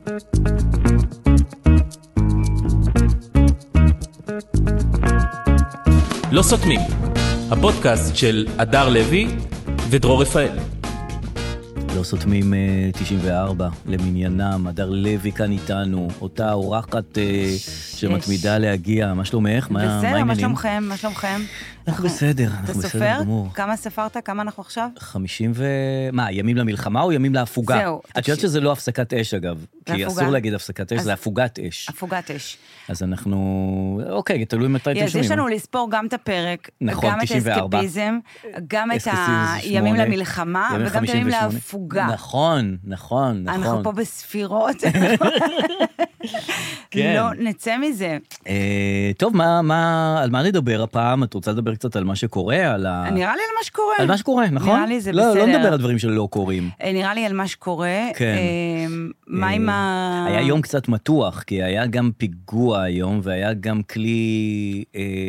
לא סותמים, הפודקאסט של אדר לוי ודרור רפאל. לא סותמים 94 למניינם, אדר לוי כאן איתנו, אותה אורחת שמתמידה להגיע. מה שלומך? בסדר, מה שלומכם? מה שלומכם? אנחנו בסדר, אתה סופר? כמה ספרת? כמה אנחנו עכשיו? 50 מה, ימים למלחמה או ימים להפוגה? זהו. את יודעת שזה לא הפסקת אש אגב, כי אסור להגיד הפסקת אש, זה הפוגת אש. הפוגת אש. אז אנחנו, אוקיי, תלוי מתי אתם שומעים. יש לנו לספור גם את הפרק, נכון, גם את 94. האסקפיזם, גם את הימים למלחמה, וגם את הימים להפוגה. נכון, נכון, נכון. אנחנו פה בספירות. לא נצא מזה. טוב, על מה נדבר הפעם? את רוצה לדבר קצת על מה שקורה? נראה לי על מה שקורה. על מה שקורה, נכון? נראה לי זה בסדר. לא נדבר על דברים שלא קורים. נראה לי על מה שקורה. כן. מה עם היה יום קצת מתוח, כי היה גם פיגוע היום, והיה גם כלי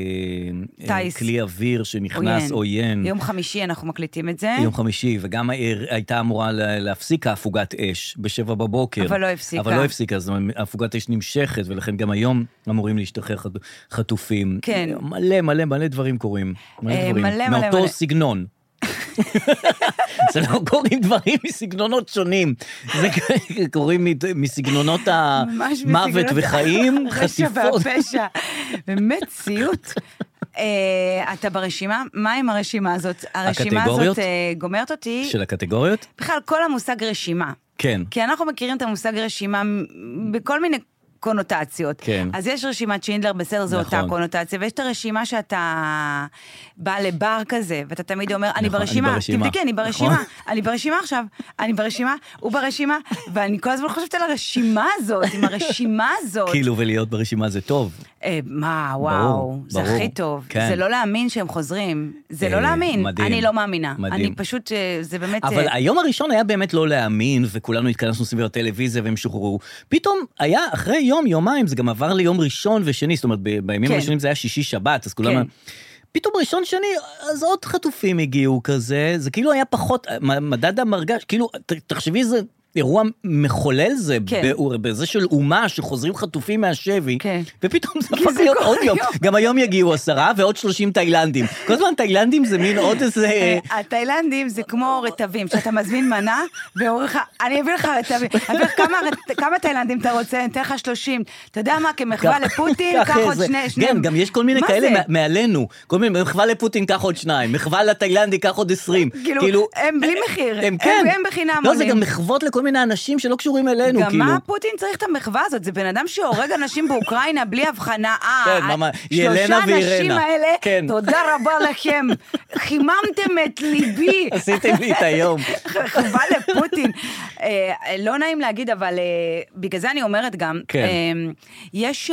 אוויר שנכנס עוין. יום חמישי אנחנו מקליטים את זה. יום חמישי, וגם הייתה אמורה להפסיק ההפוגת אש ב7 בבוקר. אבל לא הפסיקה. אבל לא הפסיקה, אז ההפוגת אש נמשכת, ולכן גם היום אמורים להשתחרר חטופים. כן. מלא דברים קורים. מלא. מאותו סגנון. זה לא קוראים דברים מסגנונות שונים. זה קוראים מסגנונות המוות וחיים, חשיפות. רשע והפשע. באמת סיוט. אתה ברשימה? מה עם הרשימה הזאת? הרשימה הזאת גומרת אותי. של הקטגוריות? בכלל, כל המושג רשימה. כן. כי אנחנו מכירים את המושג רשימה בכל מיני קונוטציות. כן. אז יש רשימת שינדלר, בסדר, זו אותה קונוטציה, ויש את הרשימה שאתה בא לבר כזה, ואתה תמיד אומר, אני ברשימה, תבדקי, אני ברשימה, אני ברשימה עכשיו, אני ברשימה, הוא ברשימה, ואני כל הזמן חושבת על הרשימה הזאת, עם הרשימה הזאת. כאילו, ולהיות ברשימה זה טוב. מה, וואו, זה הכי טוב. זה לא להאמין שהם חוזרים, זה לא להאמין, אני לא מאמינה. אני פשוט, זה באמת... אבל היום הראשון היה באמת לא להאמין, וכולנו התכנסנו סביב הטלוויזיה והם שוחררו. פתאום היה אחרי יומיים, זה גם עבר ליום ראשון ושני, זאת אומרת, בימים הראשונים זה היה שישי שבת, אז כולם... פתאום ראשון שני, אז עוד חטופים הגיעו כזה, זה כאילו היה פחות, מדד המרגש, כאילו, תחשבי איזה אירוע מחולל זה, בזה של אומה שחוזרים חטופים מהשבי, ופתאום זה הפך להיות עוד יום, גם היום יגיעו 10 ועוד 30 תאילנדים, כל הזמן תאילנדים זה מין עוד איזה... התאילנדים זה כמו רטבים, שאתה מזמין מנה, ואומר לך, אני אביא לך רטבים, כמה תאילנדים אתה רוצה, אני אתן לך 30, אתה יודע מה, כמחווה לפוטין, קח עוד שני... כן, גם יש כל מיני כאלה מעלינו, כל מיני, מחווה לפוטין, קח עוד 2, מחווה לתאילנדי, קח עוד 20, כאילו, הם בלי מחיר, הם בחינם. לא, זה גם מחוות לכל מיני אנשים שלא קשורים אלינו, גם כאילו. מה פוטין צריך את המחווה הזאת? זה בן אדם שהורג אנשים באוקראינה בלי הבחנה. ילנה ואירנה. 3 אנשים האלה, תודה רבה לכם. חיממתם את ליבי. עשיתם לי את היום. חבל לפוטין. לא נעים להגיד, אבל בגלל זה אני אומרת גם, יש...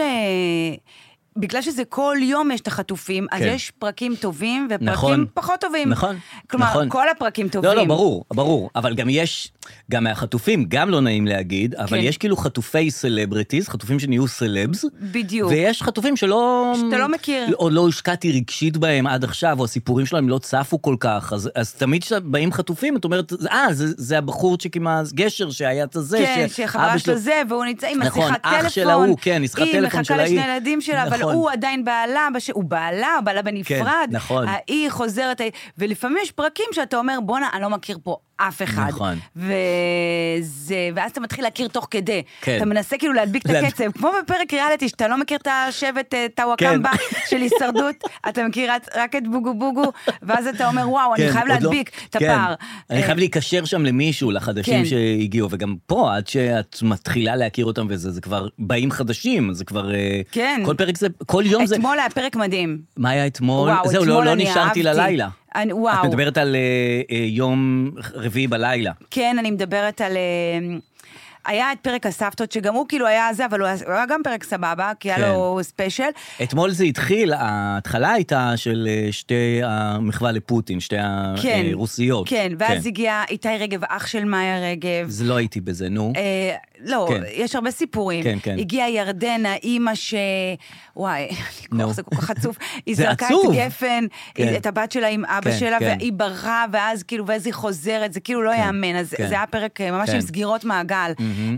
בגלל שזה כל יום יש את החטופים, אז יש פרקים טובים ופרקים פחות טובים. נכון. כלומר, כל הפרקים טובים. לא, ברור. אבל גם יש, גם מהחטופים, גם לא נעים להגיד, אבל יש כאילו חטופי סלבריטיז, חטופים שנהיו סלבס. בדיוק. ויש חטופים שלא... שאתה לא מכיר. או לא השקעתי רגשית בהם עד עכשיו, או הסיפורים שלהם לא צפו כל כך. אז תמיד כשבאים חטופים, את אומרת, זה הבחורצ'יק עם הגשר שהיה את הזה. כן, שחברה שלו זה, והוא נמצא עם השיחת טלפון. אח שלה הוא, כן, שיחת טלפון של היא מחכה לשני ילדים שלה, אבל הוא עדיין בעלה, הוא בעלה בנפרד, נכון. היא חוזרת, ולפעמים יש פרקים שאתה אומר, בונה, אני לא מכיר פה אף אחד. נכון. ואז אתה מתחיל להכיר תוך כדי. אתה מנסה כאילו להדביק את הקצב, כמו בפרק ריאליטי, שאתה לא מכיר את השבט טאוואקמבה של הישרדות, אתה מכיר רק את בוגו בוגו, ואז אתה אומר, וואו, אני חייב להדביק את הפער. אני חייב להיקשר שם למישהו, לחדשים שהגיעו, וגם פה, עד שאת מתחילה להכיר אותם וזה, זה כבר באים חדשים, זה כבר... כל פרק זה, כל יום זה... אתמול היה פרק מדהים. מה היה אתמול? זהו, לא נשארתי ללילה. וואו. את מדברת על יום רביעי בלילה. כן, אני מדברת על... היה את פרק הסבתות, שגם הוא כאילו היה זה, אבל הוא היה גם פרק סבבה, כי היה לו ספיישל. אתמול זה התחיל, ההתחלה הייתה של שתי המחווה לפוטין, שתי הרוסיות. כן, ואז הגיע איתי רגב, אח של מאיה רגב. זה לא הייתי בזה, נו. לא, יש הרבה סיפורים. הגיעה ירדנה, אימא וואי, זה כל כך עצוב. היא זרקה את גפן, את הבת שלה עם אבא שלה, והיא ברחה, ואז כאילו, ואז היא חוזרת, זה כאילו לא יאמן, אז זה היה פרק ממש עם סגירות מעגל.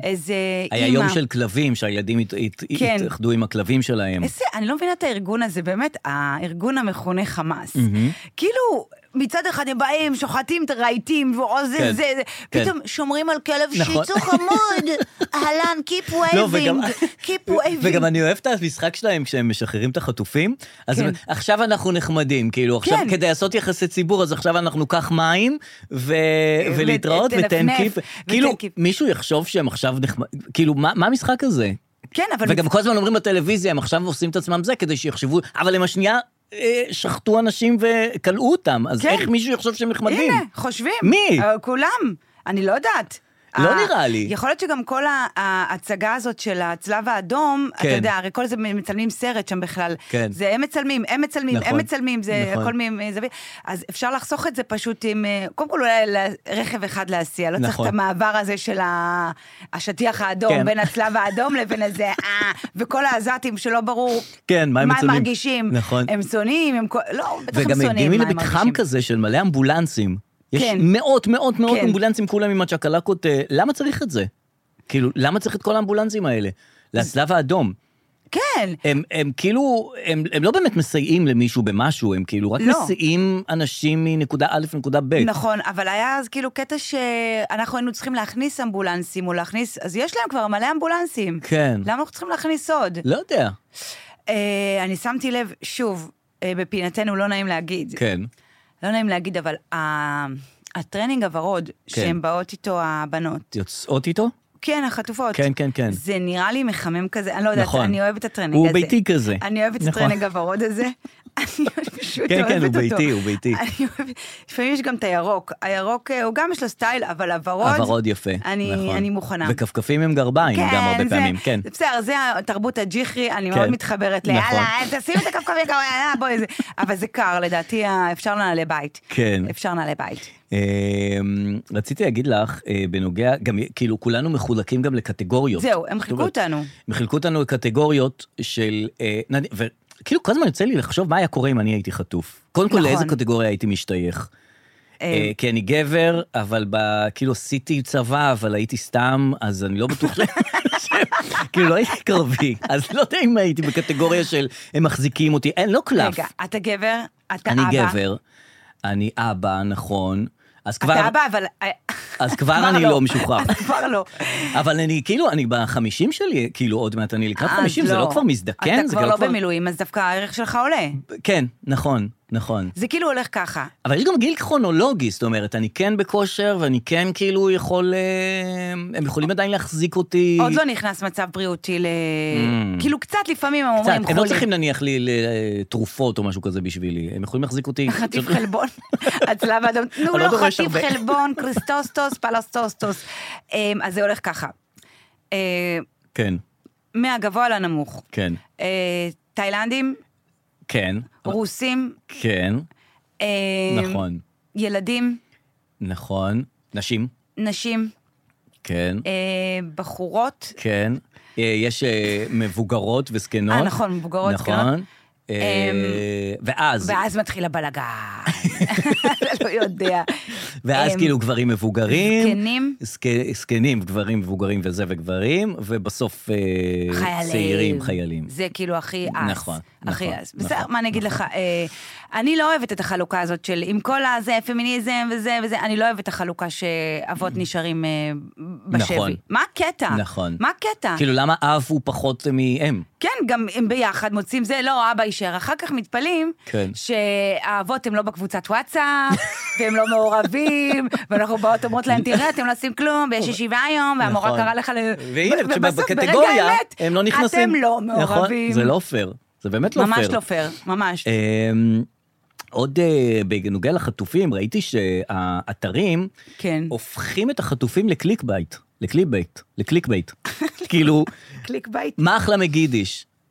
היה יום של כלבים, שהילדים התאחדו עם הכלבים שלהם. אני לא מבינה את הארגון הזה, באמת, הארגון המכונה חמאס. כאילו, מצד אחד הם באים, שוחטים את הרהיטים, זה, פתאום שומרים על כלב שיצו חמוד, אהלן, keep waving, keep waving. וגם אני אוהב את המשחק שלהם, כשהם משחררים את החטופים, אז עכשיו אנחנו נחמדים, כאילו, עכשיו כדי לעשות יחסי ציבור, אז עכשיו אנחנו קח מים, ולהתראות, ותן קיפ, כאילו, מישהו יחשוב שהם עכשיו נחמדים, כאילו, מה המשחק הזה? כן, אבל... וגם כל הזמן אומרים בטלוויזיה, הם עכשיו עושים את עצמם זה, כדי שיחשבו, אבל הם השנייה שחטו אנשים וקלעו אותם, אז איך מישהו יחשוב שהם נחמדים? הנה, חושבים. מי? כולם. אני לא יודעת. לא נראה לי. יכול להיות שגם כל ההצגה הזאת של הצלב האדום, אתה יודע, הרי כל זה מצלמים סרט שם בכלל. זה הם מצלמים, זה הכל מזווית. אז אפשר לחסוך את זה פשוט עם, קודם כל אולי רכב אחד להסיע, לא צריך את המעבר הזה של השטיח האדום, בין הצלב האדום לבין איזה, וכל העזתים שלא ברור מה הם מרגישים. הם שונאים, לא, בטח הם שונאים מה הם מרגישים. וגם הגיעים למתחם כזה של מלא אמבולנסים. יש מאות אמבולנסים כולם עם הצ'קלקות, למה צריך את זה? כאילו, למה צריך את כל האמבולנסים האלה? לצלב האדום. כן. הם כאילו, הם לא באמת מסייעים למישהו במשהו, הם כאילו רק מסייעים אנשים מנקודה א' לנקודה ב'. נכון, אבל היה אז כאילו קטע שאנחנו היינו צריכים להכניס אמבולנסים, או להכניס, אז יש להם כבר מלא אמבולנסים. כן. למה אנחנו צריכים להכניס עוד? לא יודע. אני שמתי לב, שוב, בפינתנו לא נעים להגיד. כן. לא נעים להגיד, אבל הטרנינג הוורוד, שהן באות איתו הבנות. יוצאות איתו? כן, החטופות. כן. זה נראה לי מחמם כזה, אני לא יודעת, אני אוהבת את הטרנינג הזה. הוא ביתי כזה. אני אוהבת את הטרנינג הוורוד הזה. אני פשוט אוהבת אותו. כן, הוא ביתי. לפעמים יש גם את הירוק. הירוק, הוא גם יש לו סטייל, אבל הוורוד יפה. אני מוכנה. וכפכפים עם גרביים גם הרבה פעמים, כן. בסדר, זה התרבות הג'יחרי, אני מאוד מתחברת ליאללה, תשים את הכפכפים, אבל זה קר, לדעתי, אפשר לנעלי בית. כן. אפשר לנעלי בית. רציתי להגיד לך, בנוגע, גם כאילו כולנו מחולקים גם לקטגוריות. זהו, הם חילקו אותנו. הם חילקו אותנו לקטגוריות של, וכאילו כל הזמן יוצא לי לחשוב מה היה קורה אם אני הייתי חטוף. קודם כל לאיזה קטגוריה הייתי משתייך. כי אני גבר, אבל כאילו עשיתי צבא, אבל הייתי סתם, אז אני לא בטוח כאילו לא הייתי קרבי, אז לא יודע אם הייתי בקטגוריה של הם מחזיקים אותי, אין, לא קלף. רגע, אתה גבר, אתה אבא. אני גבר, אני אבא, נכון. אתה אבא, אבל... אז כבר אני לא משוחרר. אז כבר לא. אבל אני כאילו, אני ב50 שלי, כאילו עוד מעט אני לקראת 50, זה לא כבר מזדקן. אתה כבר לא במילואים, אז דווקא הערך שלך עולה. כן, נכון. זה כאילו הולך ככה. אבל יש גם גיל כרונולוגי, זאת אומרת, אני כן בכושר, ואני כן כאילו יכול, הם יכולים עדיין להחזיק אותי. עוד לא נכנס מצב בריאותי כאילו קצת לפעמים הם אומרים חולים. הם לא צריכים להניח לי לתרופות או משהו כזה בשבילי, הם יכולים להחזיק אותי. חטיף חלבון, הצלב האדום, תנו לו חטיף חלבון, קריסטוסטוס, פלסטוסטוס. אז זה הולך ככה. כן. מהגבוה לנמוך. כן. תאילנדים. כן. רוסים. כן. נכון. ילדים. נכון. נשים. כן. בחורות. כן. יש מבוגרות וזקנות. נכון, מבוגרות וזקנות. נכון. ואז מתחיל הבלגן. אתה לא יודע. ואז כאילו גברים מבוגרים. זקנים. זקנים, גברים מבוגרים וזה וגברים, ובסוף צעירים, חיילים. זה כאילו הכי אס. נכון. הכי אס. בסדר, מה אני אגיד לך? אני לא אוהבת את החלוקה הזאת של עם כל הזה, פמיניזם וזה וזה, אני לא אוהבת את החלוקה שאבות נשארים בשבי. נכון. מה הקטע? נכון. מה הקטע? כאילו למה אב הוא פחות מאם? כן, גם הם ביחד מוצאים זה, לא, אבא יישאר. אחר כך מתפלים שהאבות הם לא בקבוצת וואטסאפ, והם לא מעורבים, ואנחנו באות אומרות להם, תראה, אתם לא עושים כלום, ויש ישיבה היום, והמורה קרא לך והנה, בקטגוריה הם לא נכנסים. אתם לא מעורבים. זה לא פייר. זה באמת לא פייר. ממש לא פייר, ממש. עוד בנוגע לחטופים, ראיתי שהאתרים הופכים את החטופים לקליק בייט. כאילו, מה אחלה מגידיש?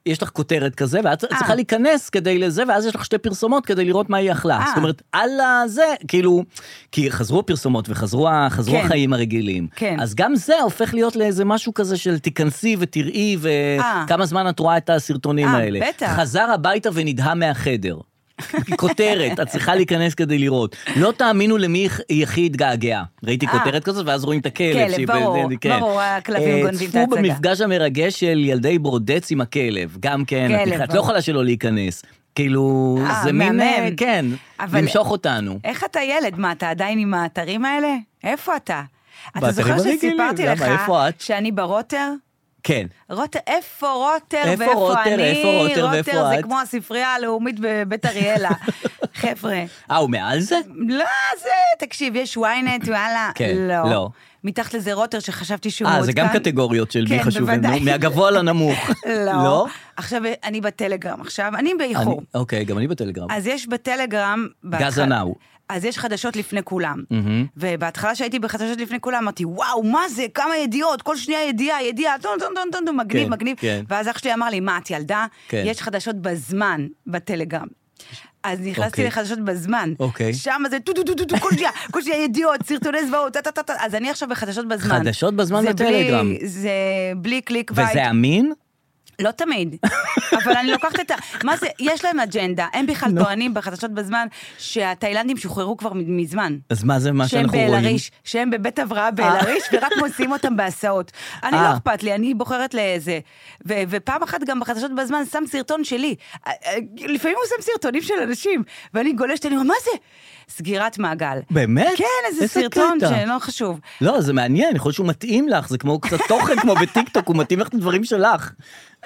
יש לך כותרת כזה, ואת צריכה להיכנס כדי לזה, ואז יש לך 2 פרסומות כדי לראות מה היא אכלה. זאת אומרת, על זה, כאילו, כי חזרו פרסומות וחזרו החיים הרגילים. אז גם זה הופך להיות לאיזה משהו כזה של תיכנסי ותראי, וכמה זמן את רואה את הסרטונים האלה. חזר הביתה ונדהה מהחדר. כותרת, את צריכה להיכנס כדי לראות. לא תאמינו למי הכי התגעגע. ראיתי כותרת כזאת, ואז רואים את הכלב. ברור, הכלבים גונבים את ההצגה. צפו במפגש המרגש של ילדי ברודץ עם הכלב. גם כן, את לא יכולה שלא להיכנס. כאילו, זה מין, כן, למשוך אותנו. איך אתה ילד? מה, אתה עדיין עם האתרים האלה? איפה אתה? אתה זוכר שסיפרתי לך שאני ברוטר? כן. רוטר, איפה רוטר ואיפה אני? רוטר זה כמו הספרייה הלאומית בבית אריאלה. חבר'ה. הוא מעל זה? לא, זה, תקשיב, יש וויינט, וואלה, לא. מתחת לזה רוטר שחשבתי שהוא מעודכן. זה גם קטגוריות של מי חשוב, מהגבוה לנמוך. לא. עכשיו, אני בטלגרם, עכשיו, אני באיחור. אוקיי, גם אני בטלגרם. אז יש בטלגרם... גזנאו. אז יש חדשות לפני כולם. ובהתחלה שהייתי בחדשות לפני כולם, אמרתי, וואו, מה זה? כמה ידיעות? כל שנייה ידיעה, טון, מגניב. ואז אח שלי אמר לי, מה, את ילדה? יש חדשות בזמן בטלגרם. אז נכנסתי לחדשות בזמן. שם זה כל שנייה ידיעות, סרטוני זוועות, אז אני עכשיו בחדשות בזמן. חדשות בזמן בטלגרם. זה בלי קליק בית. וזה אמין? לא תמיד, אבל אני לוקחת את מה זה, יש להם אג'נדה, הם בכלל טוענים בחדשות בזמן שהתאילנדים שוחררו כבר מזמן. אז מה זה מה שאנחנו רואים? שהם בבית הבראה באלריש, ורק מוציאים אותם בהסעות. אני לא אכפת לי, אני בוחרת לאיזה, ופעם אחת גם בחדשות בזמן שם סרטון שלי, לפעמים הוא שם סרטונים של אנשים, ואני גולשת, אני אומר, מה זה? סגירת מעגל. באמת? כן, איזה סרטון שלא חשוב. לא, זה מעניין, אני חושב שהוא מתאים לך, זה כמו קצת תוכן, כמו בטיקטוק, הוא מתאים לך את הדברים שלך.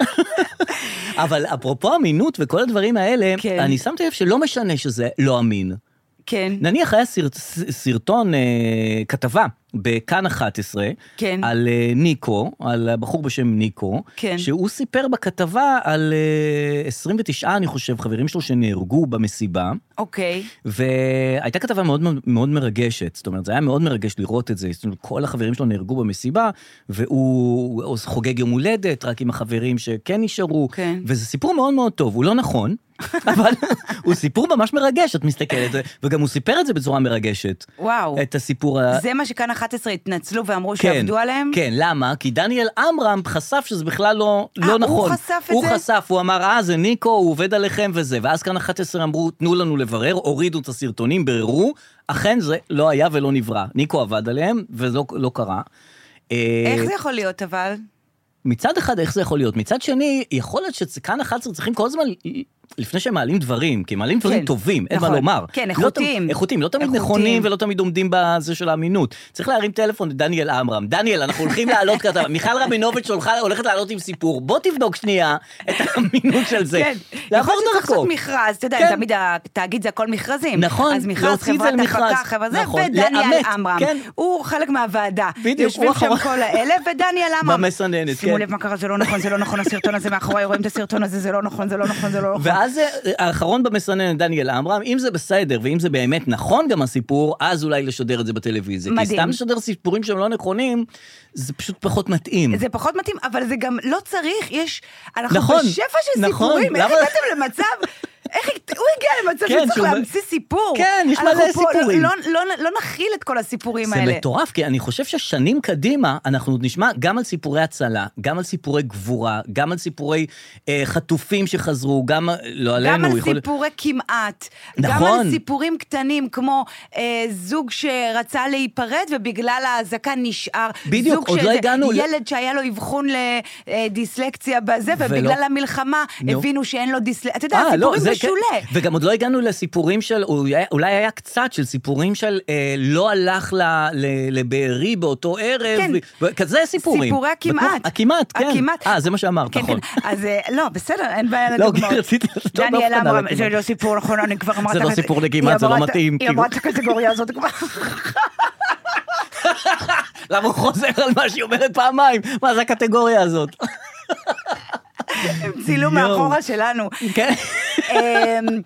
אבל אפרופו אמינות וכל הדברים האלה, אני שמתי לב שלא משנה שזה לא אמין. כן. נניח היה סרטון, כתבה, בכאן 11, על ניקו, על בחור בשם ניקו, שהוא סיפר בכתבה על 29, אני חושב, חברים שלו שנהרגו במסיבה. אוקיי. והייתה כתבה מאוד מאוד מרגשת, זאת אומרת, זה היה מאוד מרגש לראות את זה, זאת אומרת, כל החברים שלו נהרגו במסיבה, והוא חוגג יום הולדת, רק עם החברים שכן נשארו, וזה סיפור מאוד מאוד טוב, הוא לא נכון, אבל הוא סיפור ממש מרגש, את מסתכלת, וגם הוא סיפר את זה בצורה מרגשת. וואו. את הסיפור זה מה שכאן 11 התנצלו ואמרו שעבדו עליהם? כן, למה? כי דניאל אמרם חשף שזה בכלל לא נכון. הוא חשף את זה? הוא חשף, הוא אמר, זה ניקו, הוא עובד עליכם וזה, ואז כאן 11 אמרו, תנו לנו לברר, הורידו את הסרטונים, בררו, אכן זה לא היה ולא נברא. ניקו עבד עליהם, וזה לא קרה. איך זה יכול להיות אבל? מצד אחד, איך זה יכול להיות? מצד שני, יכול להיות שכאן 11 צריכים כל הזמן, לפני שהם מעלים דברים, כי הם מעלים דברים טובים, אין מה לומר. כן, איכותיים. איכותיים, לא תמיד נכונים ולא תמיד עומדים בזה של האמינות. צריך להרים טלפון לדניאל אמרם. דניאל, אנחנו הולכים לעלות כתבה. מיכל רבינוביץ' הולכת לעלות עם סיפור. בוא תבדוק שנייה את האמינות של זה. כן, יכול שצריך לעשות מכרז, אתה יודע, תמיד התאגיד זה הכל מכרזים. נכון, אז מכרז, חברת הפקה, ודניאל אמרם. הוא חלק מהוועדה. יושבים שם כל האלה, ודניאל אמרם. במסננת, שימו לב מה קרה, זה לא נכון, זה לא נכון, הסרטון הזה מאחורי, רואים את הסרטון הזה, זה לא נכון, זה לא נכון, זה לא נכון. ואז האחרון במסננת, דניאל אמרם, אם זה בסדר, ואם זה באמת נכון גם הסיפור, אז אולי לשדר את זה בטלוויזיה. מדהים. כי סתם לשדר סיפורים שהם לא נכונים, זה פשוט פחות מתאים. זה פחות מתאים, אבל זה גם לא צריך, אנחנו בשפע של סיפורים, איך הגעתם למצב... הוא הגיע למצב שצריך להמציא סיפור. כן, יש מלא סיפורים. לא נכיל את כל הסיפורים האלה. זה מטורף, כי אני חושב ששנים קדימה, אנחנו נשמע גם על סיפורי הצלה, גם על סיפורי גבורה, גם על סיפורי חטופים שחזרו, גם, לא עלינו. גם על סיפורי כמעט. גם על סיפורים קטנים, כמו זוג שרצה להיפרד, ובגלל ההזקה נשאר. בדיוק, עוד לא הגענו. ילד שהיה לו אבחון לדיסלקציה בזה, ובגלל המלחמה הבינו שאין לו דיסלקציה. אתה יודע, סיפורים משולה. וגם עוד לא הגענו לסיפורים של, אולי היה קצת של סיפורים של לא הלך לבארי באותו ערב, כזה סיפורים. סיפורי הכמעט. הכמעט, כן. זה מה שאמרת, נכון. אז לא, בסדר, אין בעיה לדוגמאות. לא, רציתי... דניאל אמרם, זה לא סיפור נכון, אני כבר אמרת... זה לא סיפור לכמעט, זה לא מתאים. היא אמרת את הקטגוריה הזאת כבר. למה הוא חוזר על מה שהיא אומרת פעמיים? מה זה הקטגוריה הזאת? צילום מאחורה שלנו. כן.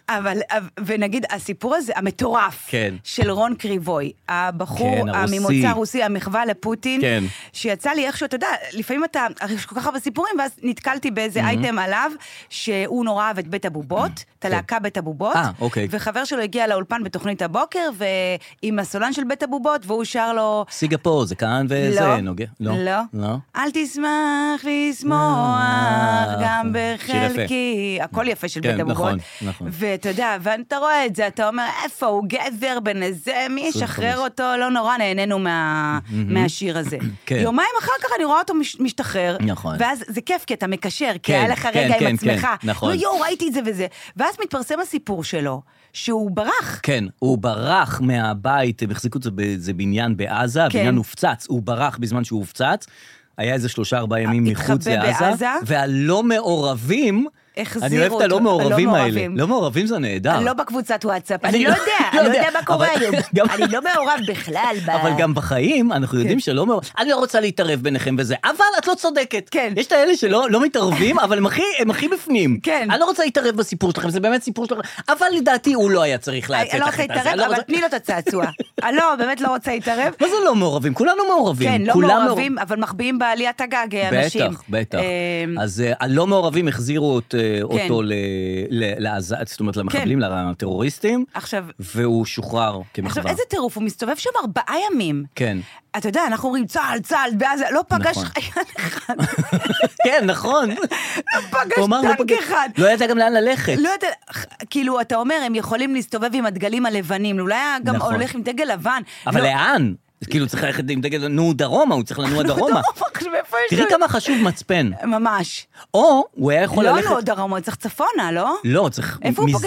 ונגיד, הסיפור הזה, המטורף, של רון קריבוי, הבחור ממוצא רוסי, המחווה לפוטין, שיצא לי איכשהו, אתה יודע, לפעמים אתה, יש כל כך הרבה סיפורים, ואז נתקלתי באיזה אייטם עליו, שהוא נורא אהב את בית הבובות, את הלהקה בית הבובות, וחבר שלו הגיע לאולפן בתוכנית הבוקר, ועם הסולן של בית הבובות, והוא שר לו... סיגפור, זה כאן וזה נוגע. לא. אל תשמח לשמוח, גם בחלקי, הכל יפה של בית הבובות. נכון. ואתה יודע, ואתה רואה את זה, אתה אומר, איפה הוא גבר בן איזה, מי ישחרר אותו, לא נורא, נהנינו מהשיר הזה. יומיים אחר כך אני רואה אותו משתחרר, ואז זה כיף, כי אתה מקשר, כי היה לך רגע עם עצמך, לא יואו, ראיתי את זה וזה, ואז מתפרסם הסיפור שלו, שהוא ברח. כן, הוא ברח מהבית, הם החזיקו את זה בניין בעזה, הבניין הופצץ, הוא ברח בזמן שהוא הופצץ, היה איזה 3-4 ימים מחוץ לעזה, והלא מעורבים, אני אוהב את הלא מעורבים האלה. לא מעורבים זה נהדר. לא בקבוצת וואטסאפ, אני לא יודע מה קורה היום. אני לא מעורב בכלל. אבל גם בחיים אנחנו יודעים שלא מעורב. אני לא רוצה להתערב ביניכם וזה, אבל את לא צודקת. יש את האלה שלא מתערבים, אבל הם הכי בפנים. אני לא רוצה להתערב בסיפור שלכם, זה באמת סיפור שלכם, אבל לדעתי הוא לא היה צריך להצאת. אני לא רוצה להתערב, אבל תני לו את הצעצוע. אני לא, באמת לא רוצה להתערב. מה זה לא מעורבים? כולנו מעורבים. כן, לא מעורבים, אבל מחביאים בעליית הגג אנשים. בטח. אז הלא מעורבים החזירו אותו לעזה, זאת אומרת, למחבלים, לטרוריסטים, והוא שוחרר כמחווה. עכשיו, איזה טירוף, הוא מסתובב שם 4 ימים. כן. אתה יודע, אנחנו אומרים צהל, בעזה, לא פגש חייל אחד. כן, נכון. לא פגש טנק אחד. לא ידע גם לאן ללכת. לא ידע, כאילו, אתה אומר, הם יכולים להסתובב עם הדגלים הלבנים, אולי גם הולך עם דגל לבן. אבל לאן? כאילו צריך ללכת עם דגל, דרומה, הוא צריך לנוע דרומה. תראי כמה חשוב מצפן. ממש. או, הוא היה יכול ללכת... לא דרומה, צריך צפונה, לא? לא, צריך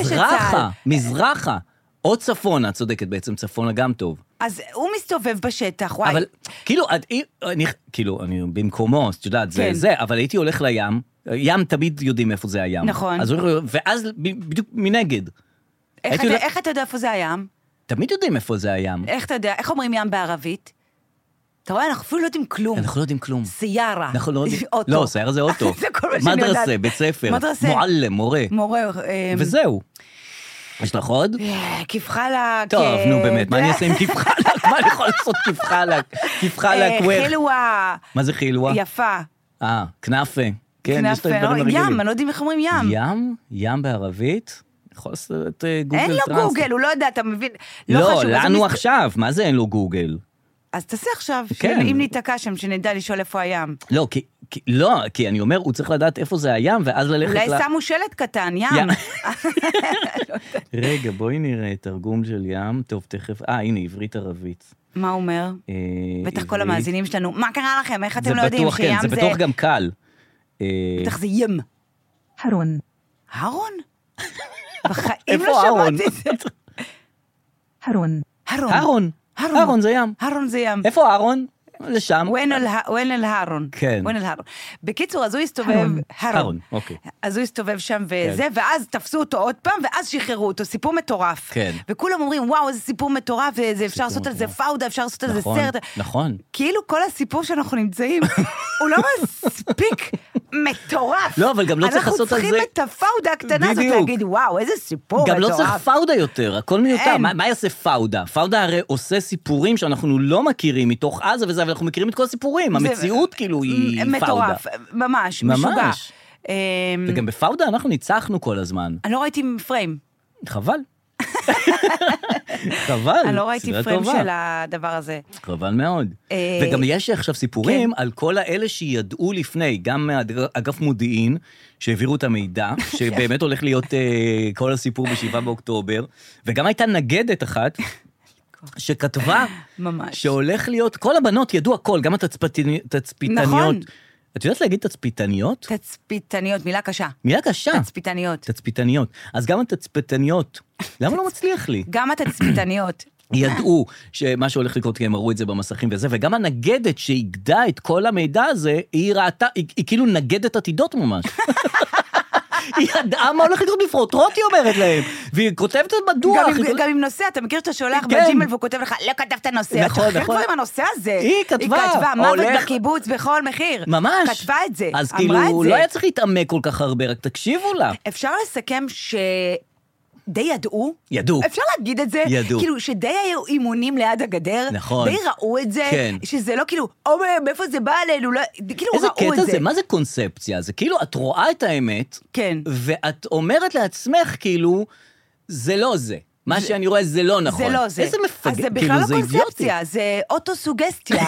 מזרחה. או צפונה, צודקת בעצם, צפונה גם טוב. אז הוא מסתובב בשטח, וואי. אבל, כאילו, אני במקומו, את יודעת, זה, אבל הייתי הולך לים, ים תמיד יודעים איפה זה הים. נכון. ואז בדיוק מנגד. איך אתה יודע איפה זה הים? תמיד יודעים איפה זה הים. איך אתה יודע? איך אומרים ים בערבית? אתה רואה, אנחנו אפילו לא יודעים כלום. אנחנו לא יודעים כלום. סיירה. אנחנו לא יודעים. לא, סיירה זה אוטו. זה כל מה שאני יודעת. מדרסה, בית ספר. מועלם, מורה. וזהו. יש לך עוד? כיף חלק. טוב, נו באמת, מה אני אעשה עם כיף חלק? מה אני יכול לעשות כיף חלק? כיף חלק, חילווה. מה זה חילווה? יפה. כנאפה. כנאפה, ים, אני לא יודעים איך אומרים ים. ים בערבית? יכול לעשות גוגל טרנסלייט. אין לו גוגל, הוא לא יודע, אתה מבין? לא, לנו עכשיו, מה זה אין לו גוגל? אז תעשה עכשיו, אם ניתקע שם, שנדע לשאול איפה הים. לא, כי אני אומר, הוא צריך לדעת איפה זה הים, ואז ללכת... אולי שמו שלט קטן, ים. רגע, בואי נראה, תרגום של ים, טוב, תכף, הנה, עברית ערבית. מה אומר? בטח כל המאזינים שלנו, מה קרה לכם? איך אתם לא יודעים שים זה? זה בטוח גם קל. בטח זה ים. הרון. הרון? בחיים לא שמעתי את זה. הרון. הרון זה ים. הרון זה ים. איפה הרון? לשם. ווין אל הרון. כן. ווין אל הרון. בקיצור, אז הוא הסתובב... הרון, אוקיי. אז הוא הסתובב שם וזה, ואז תפסו אותו עוד פעם, ואז שחררו אותו. סיפור מטורף. כן. וכולם אומרים, וואו, איזה סיפור מטורף, אפשר לעשות על זה פאודה, אפשר לעשות על זה סרט. נכון. כאילו כל הסיפור שאנחנו נמצאים, הוא לא מספיק מטורף. לא, אבל גם לא צריך לעשות על זה... אנחנו צריכים את הפאודה הקטנה הזאת להגיד, וואו, איזה סיפור מטורף. גם לא צריך פאודה יותר, הכל מיותר. מה יעשה פאודה? פאודה הרי עושה סיפורים שאנחנו לא מכירים מתוך עזה וזה, אבל אנחנו מכירים את כל הסיפורים. המציאות כאילו היא פאודה. מטורף, ממש, משוגע. וגם בפאודה אנחנו ניצחנו כל הזמן. אני לא ראיתי פריים. חבל. חבל. אני לא ראיתי פריים של הדבר הזה. חבל מאוד. וגם יש עכשיו סיפורים על כל האלה שידעו לפני, גם מאגף מודיעין, שהעבירו את המידע, שבאמת הולך להיות כל הסיפור ב7 באוקטובר, וגם הייתה נגדת אחת, שכתבה, שהולך להיות, כל הבנות ידעו הכל, גם התצפיתניות. נכון. את יודעת להגיד תצפיתניות? תצפיתניות, מילה קשה. מילה קשה. תצפיתניות. אז גם התצפיתניות, למה לא מצליח לי? גם התצפיתניות. ידעו שמה שהולך לקרות, כי הם הראו את זה במסכים וזה, וגם הנגדת שהגדה את כל המידע הזה, היא ראתה, היא כאילו נגדת עתידות ממש. היא ידעה מה הולך לקרות בפרוטרוט, היא אומרת להם, והיא כותבת את בדוח. גם עם נושא, אתה מכיר שאתה שולח בג'ימל והוא כותב לך, לא כתבת נושא, נכון, אתה חושב עם הנושא הזה. היא כתבה, מוות בקיבוץ בכל מחיר. ממש. כתבה את זה, אז כאילו, לא היה צריך להתעמק כל כך הרבה, רק תקשיבו לה. אפשר לסכם די ידעו. ידעו. אפשר להגיד את זה? ידעו. כאילו, שדי היו אימונים ליד הגדר. נכון. די ראו את זה. כן. שזה לא כאילו, מאיפה זה בא עלינו? לא, כאילו, איזה ראו קטע את זה. זה? מה זה קונספציה? זה כאילו, את רואה את האמת, כן. ואת אומרת לעצמך, כאילו, זה לא זה. מה שאני רואה זה לא נכון. זה לא זה. איזה מפגר. אז זה בכלל לא קונספציה, זה אוטוסוגסטיה.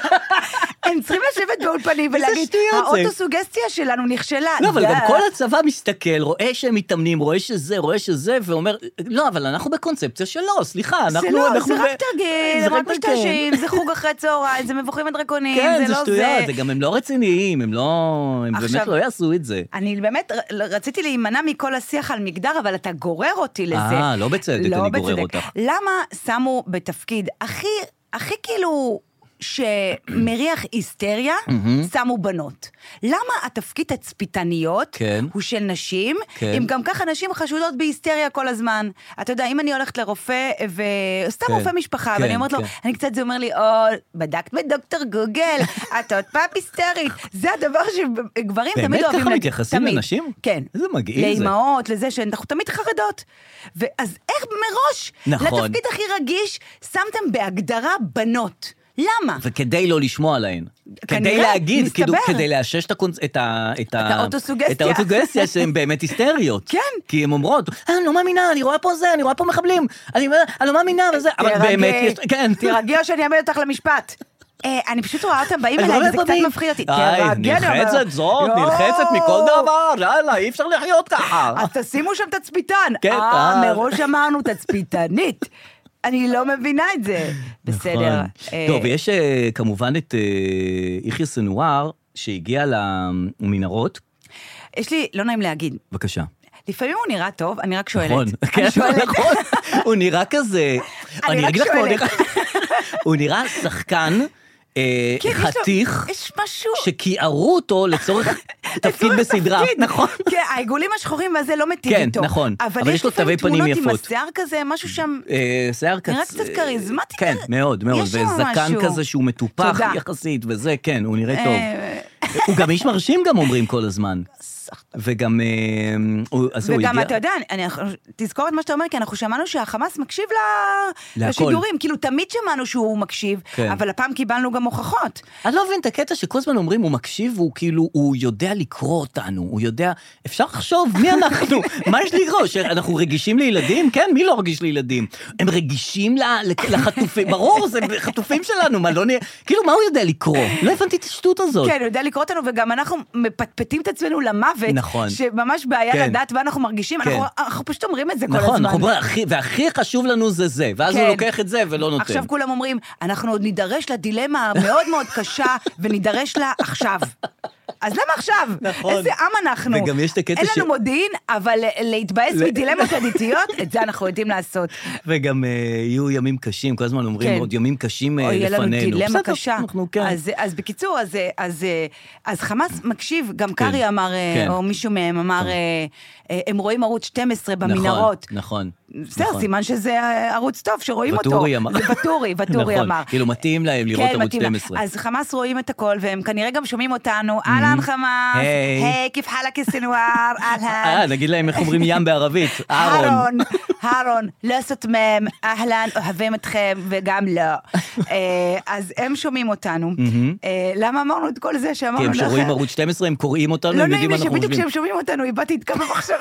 הם צריכים לשבת באולפנים ולהגיד, האוטוסוגסטיה שלנו נכשלה. לא, אבל גם כל הצבא מסתכל, רואה שהם מתאמנים, רואה שזה, ואומר, לא, אבל אנחנו בקונספציה שלא, סליחה, אנחנו... זה לא, זה רק תרגיל, זה רק משתמשים, זה חוג אחרי צהריים, זה מבוכים הדרקונים, זה לא זה. כן, זה שטויות, זה גם הם לא רציניים, הם באמת לא יעשו את זה. אני באמת רציתי להימנע מכל השיח על מגדר, אבל אתה גורר אותי לזה. לא בצדק, אני גורר אותך. למה שמו בתפקיד הכי כאילו שמריח היסטריה, שמו בנות? למה התפקיד תצפיתניות הוא של נשים, אם גם ככה נשים חשודות בהיסטריה כל הזמן? אתה יודע, אם אני הולכת לרופא, וסתם רופא משפחה, ואני אומרת לו, אני קצת, זה אומר לי, בדקת בדוקטור גוגל, את עוד פעם היסטרית. זה הדבר שגברים תמיד אוהבים. באמת ככה מתייחסים לנשים? כן. איזה מגעיל זה. לאמהות, לזה שאנחנו תמיד חרדות. אז איך מראש, לתפקיד הכי רגיש, שמתם בהגדרה בנות? למה? וכדי לא לשמוע להן. כדי להגיד, כדי לאשש את האוטוסוגסטיה שהן באמת היסטריות. כן. כי הן אומרות, אני לא מאמינה, אני רואה פה זה, אני רואה פה מחבלים, אני לא מאמינה וזה, אבל באמת יש... תרגע שאני אעמד אותך למשפט. אני פשוט רואה אותם באים אליי, וזה קצת מפחיד אותי. נלחצת זאת, נלחצת מכל דבר, יאללה, אי אפשר לחיות ככה. אז תשימו שם תצפיתן. מראש אמרנו תצפיתנית. אני לא מבינה את זה. בסדר. טוב, ויש כמובן את יחיא סנואר, שהגיע למנהרות. יש לי, לא נעים להגיד. בבקשה. לפעמים הוא נראה טוב, אני רק שואלת. נכון, נכון. הוא נראה כזה... אני רק שואלת. הוא נראה שחקן... חתיך, שקיערו אותו לצורך תפקיד בסדרה, נכון? כן, העיגולים השחורים והזה לא מטיב איתו. כן, נכון, אבל יש לו תווי פנים יפות. עם השיער כזה, משהו שם, נראה קצת כריזמטי. כן, מאוד, מאוד, וזקן כזה שהוא מטופח יחסית, וזה, כן, הוא נראה טוב. הוא גם איש מרשים גם אומרים כל הזמן. וגם אתה יודע, תזכור את מה שאתה אומר, כי אנחנו שמענו שהחמאס מקשיב לשידורים, כאילו תמיד שמענו שהוא מקשיב, אבל הפעם קיבלנו גם הוכחות. אני לא מבין את הקטע שכל הזמן אומרים, הוא מקשיב, והוא כאילו, הוא יודע לקרוא אותנו, הוא יודע, אפשר לחשוב, מי אנחנו? מה יש לקרוא? שאנחנו רגישים לילדים? כן, מי לא רגיש לילדים? הם רגישים לחטופים, ברור, זה חטופים שלנו, מה לא נהיה, כאילו, מה הוא יודע לקרוא? לא הבנתי את השטות הזאת. כן, הוא יודע לקרוא אותנו, וגם אנחנו מפטפטים את עצמנו למוות, נכון. שממש בעיה לדעת, ואנחנו מרגישים, אנחנו פשוט אומרים את זה כל הזמן. נכון, והכי חשוב לנו זה, ואז הוא לוקח את זה ולא נותן. עכשיו כולם אומרים, אנחנו עוד נידרש לדילמה מאוד מאוד קשה, ונידרש לה עכשיו. אז למה עכשיו? נכון. איזה עם אנחנו? וגם יש את הקטע אין לנו מודיעין, אבל להתבאס מדילמות עדיתיות, את זה אנחנו יודעים לעשות. וגם יהיו ימים קשים, כל הזמן אומרים עוד ימים קשים לפנינו. יהיה לנו דילמה קשה. אז בקיצור, אז חמאס מקשיב, גם קרי אמר, או מישהו מהם אמר, הם רואים ערוץ 12 במנהרות. נכון. בסדר, סימן שזה ערוץ טוב, שרואים אותו. וטורי אמר. זה וטורי אמר. כאילו מתאים להם לראות ערוץ 12. אז חמאס רואים את הכל, והם כנראה גם שומעים אותנו, אהלן חמאס, היי, כיף חלק סנואר, אהלן. נגיד להם איך אומרים ים בערבית, אהרון, לא סותמם, אהלן, אוהבים אתכם, וגם לא. אז הם שומעים אותנו. למה אמרנו את כל זה שאמרנו כי הם שרואים ערוץ 12, הם קוראים אותנו, לא נעים לי שבדיוק כשהם שומעים אותנו, איבדתי את קו המחשבה.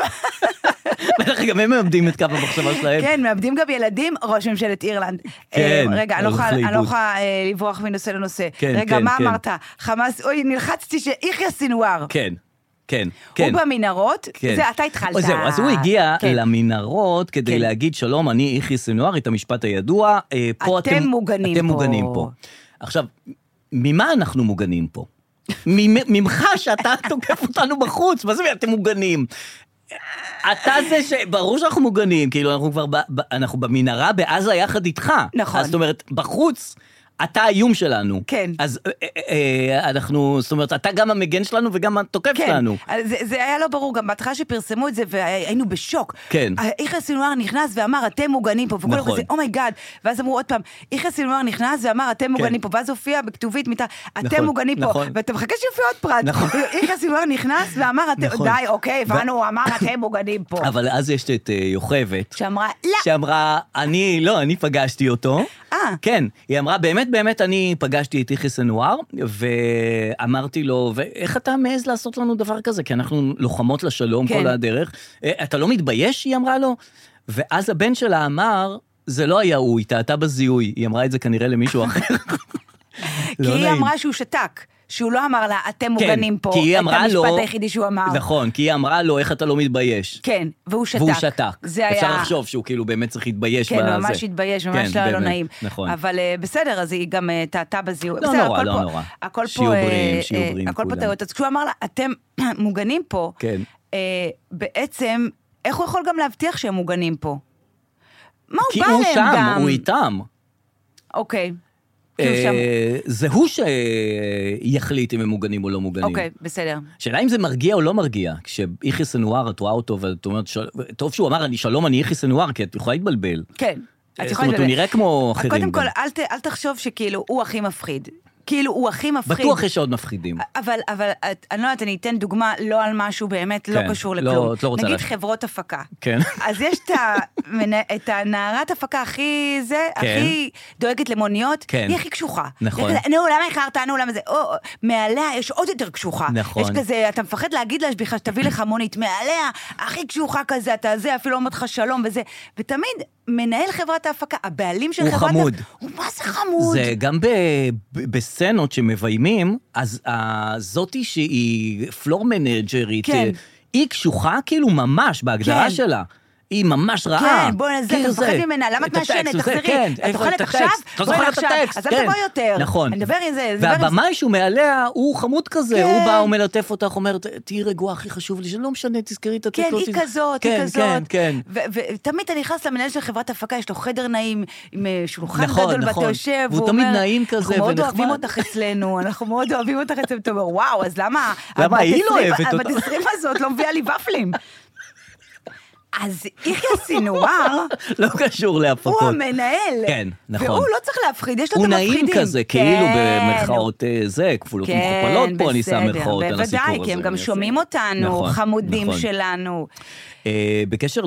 גם הם מאבדים את קו המחשבה שלהם. כן, מאבדים גם ילדים, ראש ממשלת אירלנד. רגע, אני לא יכולה לברוח מנושא לנושא. רגע, מה אמרת? חמאס, אוי, נלחצתי שיחיא סנואר. כן. כן, הוא במנהרות, זה אתה התחלת. זהו, אז הוא הגיע למנהרות כדי להגיד שלום, אני יחיא סנואר, את המשפט הידוע, פה אתם מוגנים פה. עכשיו, ממה אנחנו מוגנים פה? ממך שאתה תוקף אותנו בחוץ, מה זה אתם מוגנים? אתה זה שברור שאנחנו מוגנים, כאילו אנחנו כבר, אנחנו במנהרה בעזה יחד איתך. נכון. זאת אומרת, בחוץ, אתה האיום שלנו. כן. אז אנחנו, זאת אומרת, אתה גם המגן שלנו וגם התוקף שלנו. כן, זה היה לא ברור, גם בהתחלה שפרסמו את זה, והיינו בשוק. כן. יחיא סינואר נכנס ואמר, אתם מוגנים פה, וכולם כזה, אומייגאד, ואז אמרו עוד פעם, יחיא סינואר נכנס ואמר, אתם מוגנים פה, ואז הופיע בכתובית מיטה, אתם מוגנים פה, ואתה מחכה שיופיע עוד פרט. יחיא סינואר נכנס ואמר, די, אוקיי, הבנו, אמר, אתם מוגנים פה. אבל אז יש את יוכבד, שאמרה, אני פגשתי אותו. כן, היא אמרה, באמת, אני פגשתי את יחיא סינואר, ואמרתי לו, ואיך אתה מעז לעשות לנו דבר כזה? כי אנחנו לוחמות לשלום כל הדרך. אתה לא מתבייש? היא אמרה לו. ואז הבן שלה אמר, זה לא היה הוא, היא טעתה בזיהוי. היא אמרה את זה כנראה למישהו אחר. כי היא אמרה שהוא שתק. שהוא לא אמר לה, אתם מוגנים פה, את המשפט היחידי שהוא אמר. נכון, כי היא אמרה לו, איך אתה לא מתבייש. כן, והוא שתק. והוא שתק. אפשר לחשוב שהוא כאילו באמת צריך להתבייש. כן, הוא ממש התבייש, ממש לא נעים. נכון. אבל בסדר, אז היא גם טעתה בזיהוי. לא נורא, לא נורא. שיהיו בריאים. הכל פה טעויות. אז כשהוא אמר לה, אתם מוגנים פה, בעצם, איך הוא יכול גם להבטיח שהם מוגנים פה? מה הוא בא להם גם? כי הוא שם, הוא איתם. אוקיי. זה הוא שיחליט אם הם מוגנים או לא מוגנים. אוקיי, בסדר. שאלה אם זה מרגיע או לא מרגיע. כשיחיא סינואר, את רואה אותו, ואת אומרת, טוב שהוא אמר, שלום, אני יחיא סינואר, כי את יכולה להתבלבל. כן. זאת אומרת, הוא נראה כמו אחרים. קודם כל, אל תחשוב שכאילו הוא הכי מפחיד. כאילו, הוא הכי מפחיד. בטוח יש עוד מפחידים. אבל, אני לא יודעת, אני אתן דוגמה לא על משהו באמת לא קשור לכלום. נגיד חברות הפקה. כן. אז יש את הנערת הפקה הכי דואגת למוניות, היא הכי קשוחה. נכון. נו, למה איחרת? נו, למה זה? מעליה יש עוד יותר קשוחה. נכון. יש כזה, אתה מפחד להגיד לה בכלל שתביא לך מונית, מעליה, הכי קשוחה כזה, אתה זה, אפילו אומר לך שלום וזה. ותמיד, מנהל חברת ההפקה, הבעלים של חברת... הוא חמוד. הוא מה זה חמוד? זה גם בסצנות שמביימים, אז זאתי שהיא פלור מנג'רית, כן. היא קשוחה כאילו ממש בהגדרה שלה. היא ממש רעה. כן, בוא נזה, אתה מפחד ממנה, למה את מעשנת, תחזרי, את זוכרת עכשיו? בואי עכשיו, אז אל תבוא יותר. נכון. נדבר עם זה. והבמאי שהוא מעליה, הוא חמוד כזה, הוא בא, הוא מלטף אותך, אומר, תהי רגועה, הכי חשוב לי, שלא משנה, תזכרי את התקלות. כן, היא כזאת, היא כזאת. כן. ותמיד אתה נכנס למנהל של חברת הפקה, יש לו חדר נעים, עם שולחן גדול, ואתה יושב, והוא תמיד נעים כזה, אנחנו מאוד אוהבים אותך אצלנו, אנחנו מאוד אוהבים אותך אצלנו, אתה אומר, וואו, אז למה היא לא אוהבת אותך? הבת 20 הזאת לא מביאה לי ופלים. אז יחיא סינואר, לא קשור להפקות. הוא המנהל. כן, נכון. והוא לא צריך להפחיד, יש לו את המפחידים. הוא נעים כזה, כאילו במרכאות זה, כפולות ומכופלות פה, אני שם מרכאות על הסיפור הזה. בוודאי, כי הם גם שומעים אותנו, חמודים שלנו. בקשר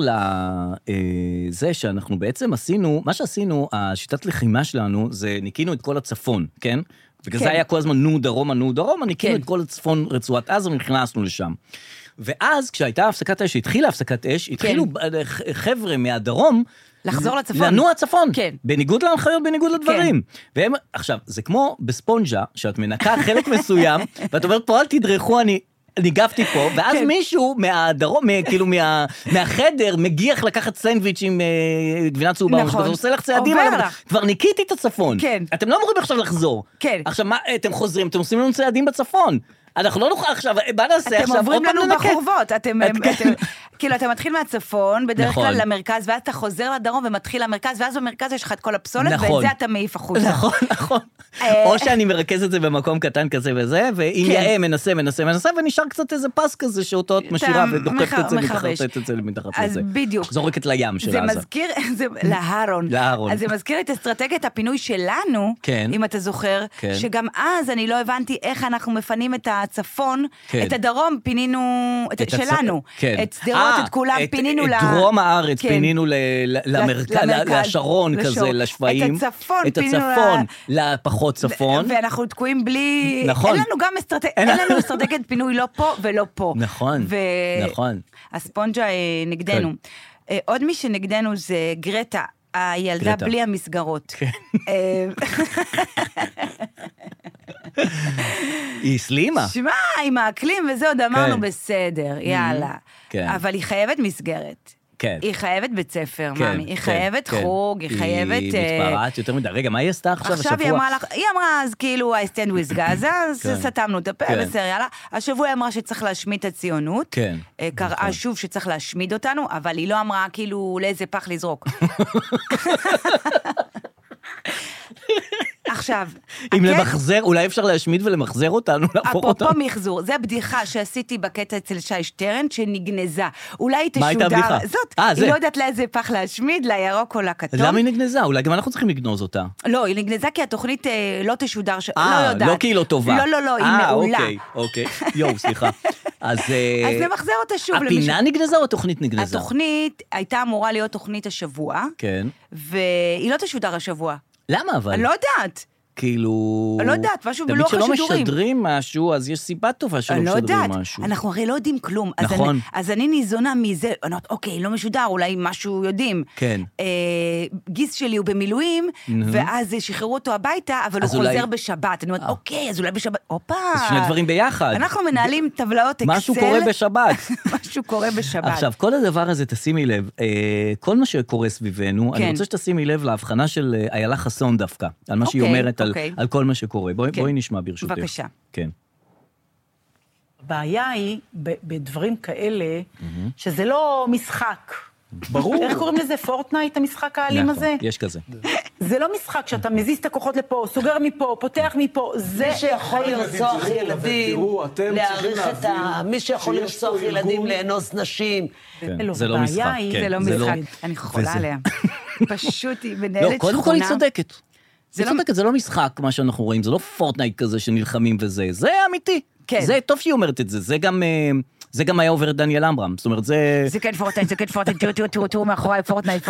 לזה שאנחנו בעצם עשינו, מה שעשינו, השיטת לחימה שלנו, זה ניקינו את כל הצפון, כן? בגלל זה היה כל הזמן נו דרומה, ניקינו את כל הצפון רצועת עזה ונכנסנו לשם. ואז כשהייתה הפסקת אש, התחילה הפסקת אש, התחילו חבר'ה מהדרום, לחזור לצפון. לנוע צפון. כן. בניגוד להנחיות, בניגוד לדברים. והם, עכשיו, זה כמו בספונג'ה, שאת מנקה חלק מסוים, ואת אומרת פה, אל תדרכו, אני ניגבתי פה, ואז מישהו מהדרום, כאילו מהחדר, מגיח לקחת סנדוויץ' עם גבינה צהובה, וזה עושה לך צעדים, כבר ניקיתי את הצפון. אתם לא אמורים עכשיו לחזור. עכשיו, מה אתם חוזרים? אתם עושים לנו צעדים בצפון. אנחנו לא נוכל עכשיו, מה נעשה עכשיו? אתם עוברים לנו בחורבות, כאילו אתה מתחיל מהצפון, בדרך כלל למרכז, ואז אתה חוזר לדרום ומתחיל למרכז, ואז במרכז יש לך את כל הפסולת, ואת זה אתה מעיף החוצה. נכון. או שאני מרכז את זה במקום קטן כזה וזה, ואם יאה מנסה, ונשאר קצת איזה פס כזה, שאותו את משאירה ודוחפת את זה, מתחרטט את זה מתחת לזה. אז בדיוק. זורקת לים של עזה. זה מזכיר, להרון. אז זה מזכיר את אסטרטגיית הפינוי שלנו, אם אתה זוכר, שגם אז אני לא הבנתי איך אנחנו מפנים את הצפון, את הדרום פינינו, שלנו, את סדרות, את כולם פינינו, את דרום הארץ פינינו לשרון כזה, לשפעים, את הצפון לפחות צפון, ואנחנו תקועים בלי, אין לנו אסטרטגיית פינוי לא פה ולא פה. נכון. הספונג'ה נגדנו. עוד מי שנגדנו זה גרטה, הילדה בלי המסגרות. היא סלימה. שמע, עם האקלים וזה עוד אמרנו בסדר, יאללה. אבל היא חייבת מסגרת. היא חייבת בית ספר, מאמי. היא חייבת חוג, היא חייבת... היא מתפרעת יותר מדי. רגע, מה היא עשתה עכשיו השבוע? היא אמרה, אז כאילו, I stand with Gaza, אז סתמנו את הפה, בסדר, יאללה. השבוע היא אמרה שצריך להשמיד את הציונות. קראה שוב שצריך להשמיד אותנו, אבל היא לא אמרה כאילו לאיזה פח לזרוק. עכשיו, אם למחזר, אולי אפשר להשמיד ולמחזר אותנו, להפוך אותנו. אפרופו מחזור, זה בדיחה שעשיתי בקטע אצל שי שטרן, שנגנזה. אולי היא תשודר... מה הייתה הבדיחה? זאת, היא לא יודעת לאיזה פח להשמיד, לירוק או לכתום. למה היא נגנזה? אולי גם אנחנו צריכים לגנוז אותה. לא, היא נגנזה כי התוכנית לא תשודר, לא יודעת. לא כי היא לא טובה. לא, היא מעולה. אוקיי. יואו, סליחה. אז נמחזר אותה שוב. הפינה נגנזה או התוכנית נגנזה? התוכנית הייתה אמורה להיות תוכנית השבוע. כן. והיא לא תשודר השבוע. למה אבל? אני לא יודעת. כאילו... אני לא יודעת, משהו בלוח השידורים. תמיד שלא משדרים משהו, אז יש סיבה טובה שלא משדרים משהו. אנחנו הרי לא יודעים כלום. נכון. אז אני ניזונה מזה, אוקיי, לא משודר, אולי משהו יודעים. כן. גיס שלי הוא במילואים, ואז שחררו אותו הביתה, אבל הוא חוזר בשבת. אני אומרת, אוקיי, אז אולי בשבת, הופה. אז שני דברים ביחד. אנחנו מנהלים טבלאות אקסל. משהו קורה בשבת. משהו קורה בשבת. עכשיו, כל הדבר הזה, תשימי לב, כל מה שקורה סביבנו, אני רוצה שתשימי לב להבחנה של איילה חסון דווקא, על מה שהיא אומרת על כל מה שקורה. בואי נשמע ברשותך. בבקשה. כן. הבעיה היא בדברים כאלה, שזה לא משחק. ברור. איך קוראים לזה? פורטנייט, המשחק האלים הזה? יש כזה. זה לא משחק שאתה מזיז את הכוחות לפה, סוגר מפה, פותח מפה, זה... מי שיכול לרצוח ילדים, להעריך את מי שיכול לרצוח ילדים, לאנוס נשים. זה לא משחק. זה לא משחק. אני חולה עליה. פשוט היא מנהלת שכונה. לא, קודם כל היא צודקת. היא צודקת, זה לא משחק מה שאנחנו רואים, זה לא פורטנייט כזה שנלחמים וזה, זה אמיתי. זה טוב שהיא אומרת את זה, זה גם היה עובר את דניאל אמברם, זאת אומרת, זה... זה כן פורטנייט, תראו מאחורי, פורטנייט.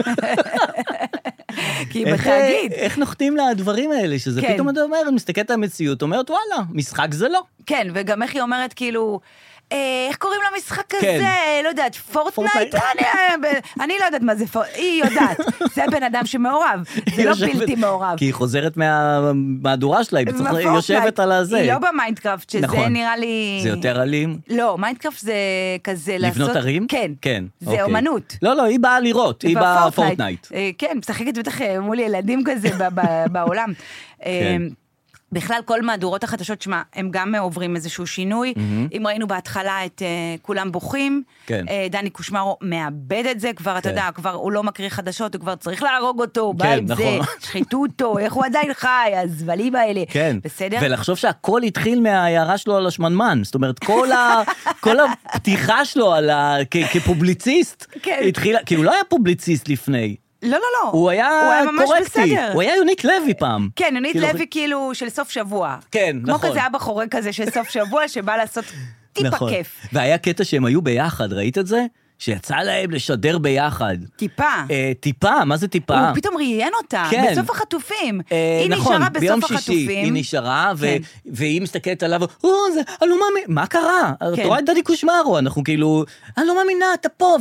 כי היא בתאגיד. איך נוחתים לדברים האלה, שזה פתאום אתה אומר, מסתכלת על המציאות, אומרת, וואלה, משחק זה לא. כן, וגם איך היא אומרת, כאילו... איך קוראים למשחק הזה? לא יודעת, פורטנייט? אני לא יודעת מה זה פורטנייט, היא יודעת. זה בן אדם שמעורב, זה לא בלתי מעורב. כי היא חוזרת מהמהדורה שלה, היא יושבת על הזה. היא לא במיינדקראפט, שזה נראה לי... זה יותר אלים? לא, מיינדקראפט זה כזה לעשות... לבנות ערים? כן. זה אומנות. לא, היא באה לראות, היא באה פורטנייט. כן, משחקת בטח מול ילדים כזה בעולם. כן. בכלל, כל מהדורות החדשות, שמה, הם גם עוברים איזשהו שינוי. אם ראינו בהתחלה את כולם בוכים, דני קושמרו מאבד את זה, כבר, אתה יודע, כבר הוא לא מקריא חדשות, הוא כבר צריך להרוג אותו, בא עם זה, שחיתו אותו, איך הוא עדיין חי, הזבלים האלה. כן, בסדר? ולחשוב שהכל התחיל מההערה שלו על השמנמן, זאת אומרת, כל הפתיחה שלו כפובליציסט, התחילה, כי הוא לא היה פובליציסט לפני. לא. הוא היה קורקטי. הוא היה יונית לוי פעם. כן, יונית לוי כאילו של סוף שבוע. כן, נכון. כמו כזה אבא חורג כזה של סוף שבוע, שבא לעשות טיפה כיף. והיה קטע שהם היו ביחד, ראית את זה? שיצא להם לשדר ביחד. טיפה, מה זה טיפה? הוא פתאום ראיין אותה, בסוף החטופים. היא נשארה בסוף החטופים. היא נשארה, והיא מסתכלת עליו, אני לא מאמין, מה קרה? אתה רואה את דני קושמרו, אנחנו כאילו, אני לא מאמינה, אתה פה,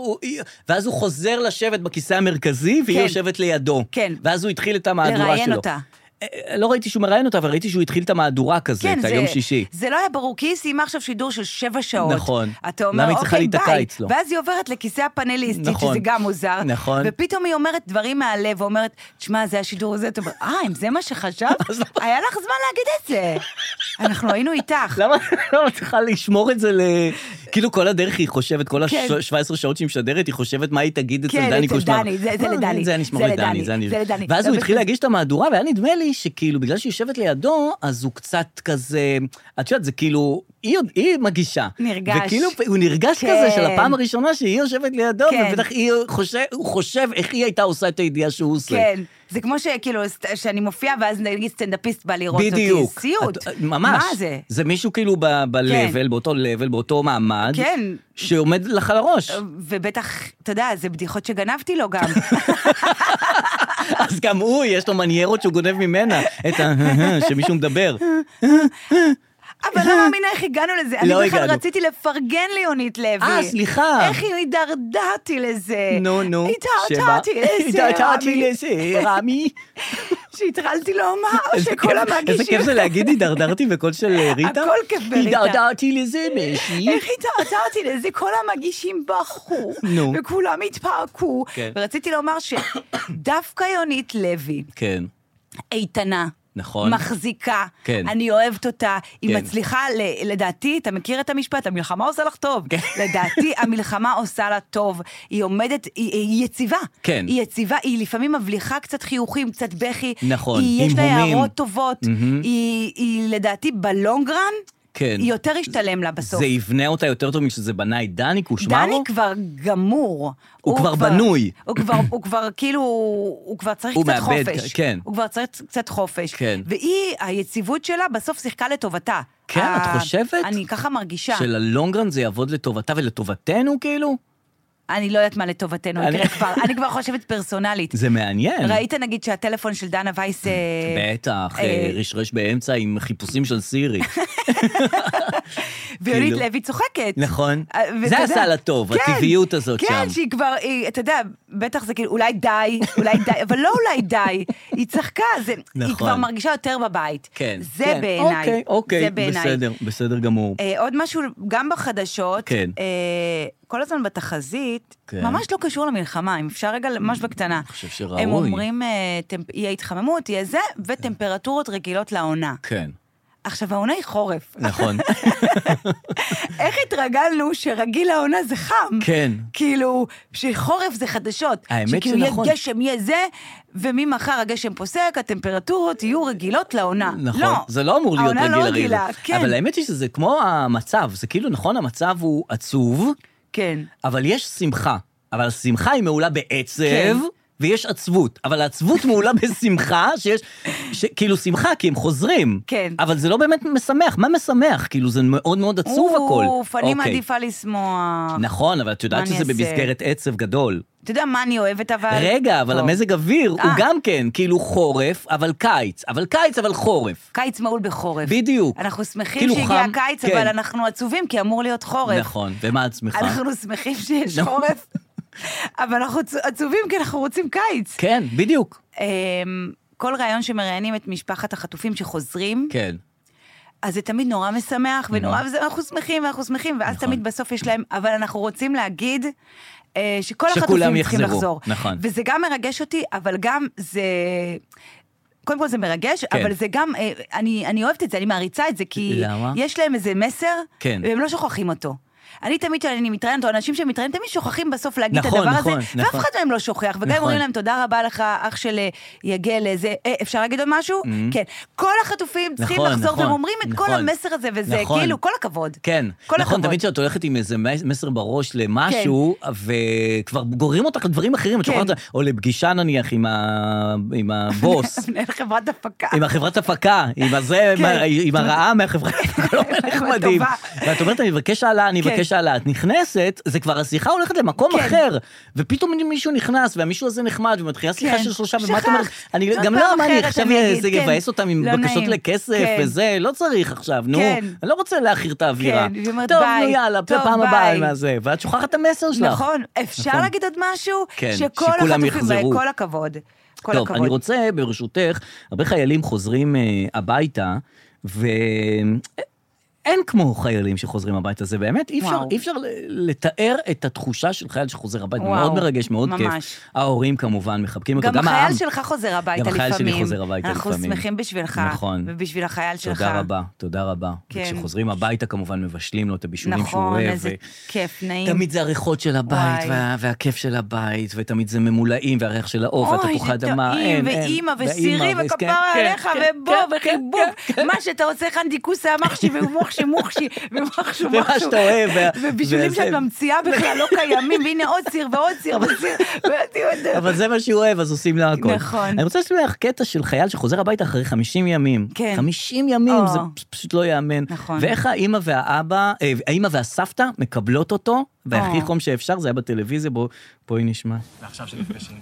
ואז הוא חוזר לשבת בכיסא המרכזי, והיא יושבת לידו. ואז הוא התחיל את המהדורה שלו. לראיין אותה. לא ראיתי שהוא מראיין אותה, אבל ראיתי שהוא התחיל את המהדורה כזה, את היום שישי. זה לא היה ברור, כי היא סיימה עכשיו שידור של 7 שעות. נכון. אתה אומר, אוקיי, ביי. אצלו. ואז היא עוברת לכיסא הפאנליסטית, שזה גם מוזר. נכון. ופתאום היא אומרת דברים מהלב, ואומרת, תשמע, זה השידור הזה, אתה אומר, אם זה מה שחשבת? היה לך זמן להגיד את זה. אנחנו היינו איתך. למה צריכה לשמור את זה כאילו כל הדרך היא חושבת, כל ה-17 שעות שהיא משדרת, היא חושבת מה היא תגיד אצל דני קושמרו. זה לדני. זה נשמור לדני. ואז הוא התחיל להגיש את המהדורה, והיה נדמה לי שכאילו, בגלל שהיא יושבת לידו, אז הוא קצת כזה, את יודעת, זה כאילו, היא מגישה. נרגש. וכאילו, הוא נרגש כזה של הפעם הראשונה שהיא יושבת לידו, ובטח הוא חושב איך היא הייתה עושה את הידיעה שהוא עושה. כן. זה כמו שכאילו, שאני מופיעה, ואז נגיד סטנדאפיסט בא לראות אותי. בדיוק. סיוט. ממש. מה זה? זה מישהו כאילו בלבל, באותו לבל, באותו מעמד, שעומד לך על הראש. ובטח, אתה יודע, זה בדיחות שגנבתי לו גם. אז גם הוא, יש לו מניירות שהוא גונב ממנה, את שמישהו מדבר. אבל לא מאמינה איך הגענו לזה. אני בכלל רציתי לפרגן ליונית לוי. סליחה. איך הידרדרתי לזה. נו. הידרדרתי לזה, רמי. שהתחלתי לומר שכל המגישים... איזה כיף זה להגיד הידרדרתי בקול של ריטה? הכל כיף בריטה. הידרדרתי לזה, משי. איך הידרדרתי לזה? כל המגישים בחו. וכולם התפרקו. ורציתי לומר שדווקא יונית לוי, איתנה, נכון. מחזיקה, כן. אני אוהבת אותה, היא כן. מצליחה, לדעתי, אתה מכיר את המשפט, המלחמה עושה לך טוב. כן. לדעתי, המלחמה עושה לה טוב, היא עומדת, היא יציבה. כן. היא יציבה, היא לפעמים מבליחה קצת חיוכים, קצת בכי. נכון, יש לה המהומים. הערות טובות, היא לדעתי בלונגרן, כן. היא יותר השתלם לה בסוף. זה יבנה אותה יותר טוב משזה בנה את דני קושמרו? דני כבר גמור. הוא כבר בנוי. הוא כבר כאילו, הוא כבר צריך הוא קצת מאבד, חופש. כן. הוא כבר צריך קצת חופש. כן. והיא, היציבות שלה בסוף שיחקה לטובתה. כן, את חושבת? אני ככה מרגישה. שללונגרן זה יעבוד לטובתה ולטובתנו כאילו? אני לא יודעת מה לטובתנו, אני כבר חושבת פרסונלית. זה מעניין. ראית נגיד שהטלפון של דנה וייס... בטח, רשרש באמצע עם חיפושים של סירי. ויונית לוי צוחקת. נכון. זה עשה לה טוב, הטבעיות הזאת שם. כן, שהיא כבר, אתה יודע, בטח זה כאילו, אולי די, אבל לא אולי די. היא צחקה, היא כבר מרגישה יותר בבית. כן. זה בעיניי. אוקיי, בסדר גמור. עוד משהו, גם בחדשות, כל הזמן בתחזית, ממש לא קשור למלחמה, אם אפשר רגע ממש בקטנה. אני חושב שראוי. הם אומרים, יהיה התחממות, יהיה זה, וטמפרטורות רגילות לעונה. כן. עכשיו, העונה היא חורף. נכון. איך התרגלנו שרגיל העונה זה חם? כן. כאילו, שחורף זה חדשות. האמת שנכון. שכאילו יהיה גשם, יהיה זה, וממחר הגשם פוסק, הטמפרטורות יהיו רגילות לעונה. נכון. לא. זה לא אמור להיות העונה רגיל לא רגילה, כן. אבל האמת היא שזה כמו המצב, זה כאילו נכון, המצב הוא עצוב, כן. אבל יש שמחה. אבל השמחה היא מעולה בעצב, כן. ויש עצבות, אבל העצבות מעולה בשמחה, כאילו שמחה, כי הם חוזרים. כן. אבל זה לא באמת משמח. מה משמח? כאילו זה מאוד מאוד עצוב הכל. אני מעדיפה לשמוח. נכון, אבל את יודעת שזה במסגרת עצב גדול. אתה יודע מה אני אוהבת אבל? רגע, אבל המזג אוויר הוא גם כן, כאילו חורף, אבל קיץ. אבל קיץ, אבל חורף. קיץ מעול בחורף. בדיוק. אנחנו שמחים שהגיע הקיץ, אבל אנחנו עצובים, כי אמור להיות חורף. נכון, ומה את שמחה? אנחנו שמחים שיש חורף. אבל אנחנו עצובים כי אנחנו רוצים קיץ. כן, בדיוק. כל רעיון שמראיינים את משפחת החטופים שחוזרים, כן. אז זה תמיד נורא משמח, ונורא, ואנחנו שמחים, ואז תמיד בסוף יש להם, אבל אנחנו רוצים להגיד, שכל החטופים צריכים לחזור. נכון. וזה גם מרגש אותי, אבל גם זה... קודם כל זה מרגש, אבל זה גם, אני אוהבת את זה, אני מעריצה את זה, כי יש להם איזה מסר, והם לא שוכחים אותו. אני תמיד שאני מתראיינת, או אנשים שמתראיינים, תמיד שוכחים בסוף להגיד את הדבר הזה, ואף אחד מהם לא שוכח, וגם אומרים להם, תודה רבה לך, אח של יגל, אפשר להגיד עוד משהו? כן. כל החטופים צריכים לחזור, והם אומרים את כל המסר הזה, וזה כאילו, כל הכבוד. כן, נכון, תמיד שאת הולכת עם איזה מסר בראש למשהו, וכבר גוררים אותך לדברים אחרים, או לפגישה נניח עם הבוס. מנהל חברת הפקה. עם החברת הפקה, עם הרעה מהחברת הפקה, לא נחמדים. ואת אומרת, אני מבקש העלה, את נכנסת, זה כבר השיחה הולכת למקום אחר, ופתאום מישהו נכנס, והמישהו הזה נחמד, ומתחילה שיחה של 3, ומה את אומרת? אני גם לא אמרתי, עכשיו זה יבאס אותם עם בקשות לכסף, וזה, לא צריך עכשיו, נו, אני לא רוצה להכיר את האווירה. טוב, נו יאללה, פעם הבאה עם הזה, ואת שוכחת את המסר שלך. נכון, אפשר להגיד עוד משהו? שכל החטופים, כל הכבוד. טוב, אני רוצה, ברשותך, הרבה חיילים חוזרים הביתה, אין כמו חיילים שחוזרים הביתה, זה באמת, אי אפשר לתאר את התחושה של חייל שחוזר הביתה, מאוד מרגש, מאוד כיף. ההורים כמובן מחבקים אותו, גם החייל שלך חוזר הביתה לפעמים. גם החייל שלי חוזר הביתה לפעמים. אנחנו שמחים בשבילך, ובשביל החייל שלך. תודה רבה, תודה רבה. כשחוזרים הביתה כמובן מבשלים לו את הבישולים שהוא אוהב. נכון, איזה כיף, נעים. תמיד זה הריחות של הבית, והכיף של הבית, ותמיד זה ממולאים, והריח של העוף, והתפוחי אדמה. ואימא וסירים, וכפרה עליך, ובוא, וחיבוק. מה שאתה רוצה, חנדיקוס המחשי מוחשי, ומשהו. ומה שאתה אוהב. ובישולים שאת ממציאה בכלל לא קיימים, והנה עוד סיר ועוד סיר וסיר. אבל זה מה שהוא אוהב, אז עושים לה הכל. נכון. אני רוצה לשמח קטע של חייל שחוזר הביתה אחרי 50 ימים. 50 ימים, זה פשוט לא יאמן. ואיך האמא והאבא, האמא והסבתא מקבלות אותו, והכי חום שאפשר, זה היה בטלוויזיה, בואי נשמע. ועכשיו שנפגשים.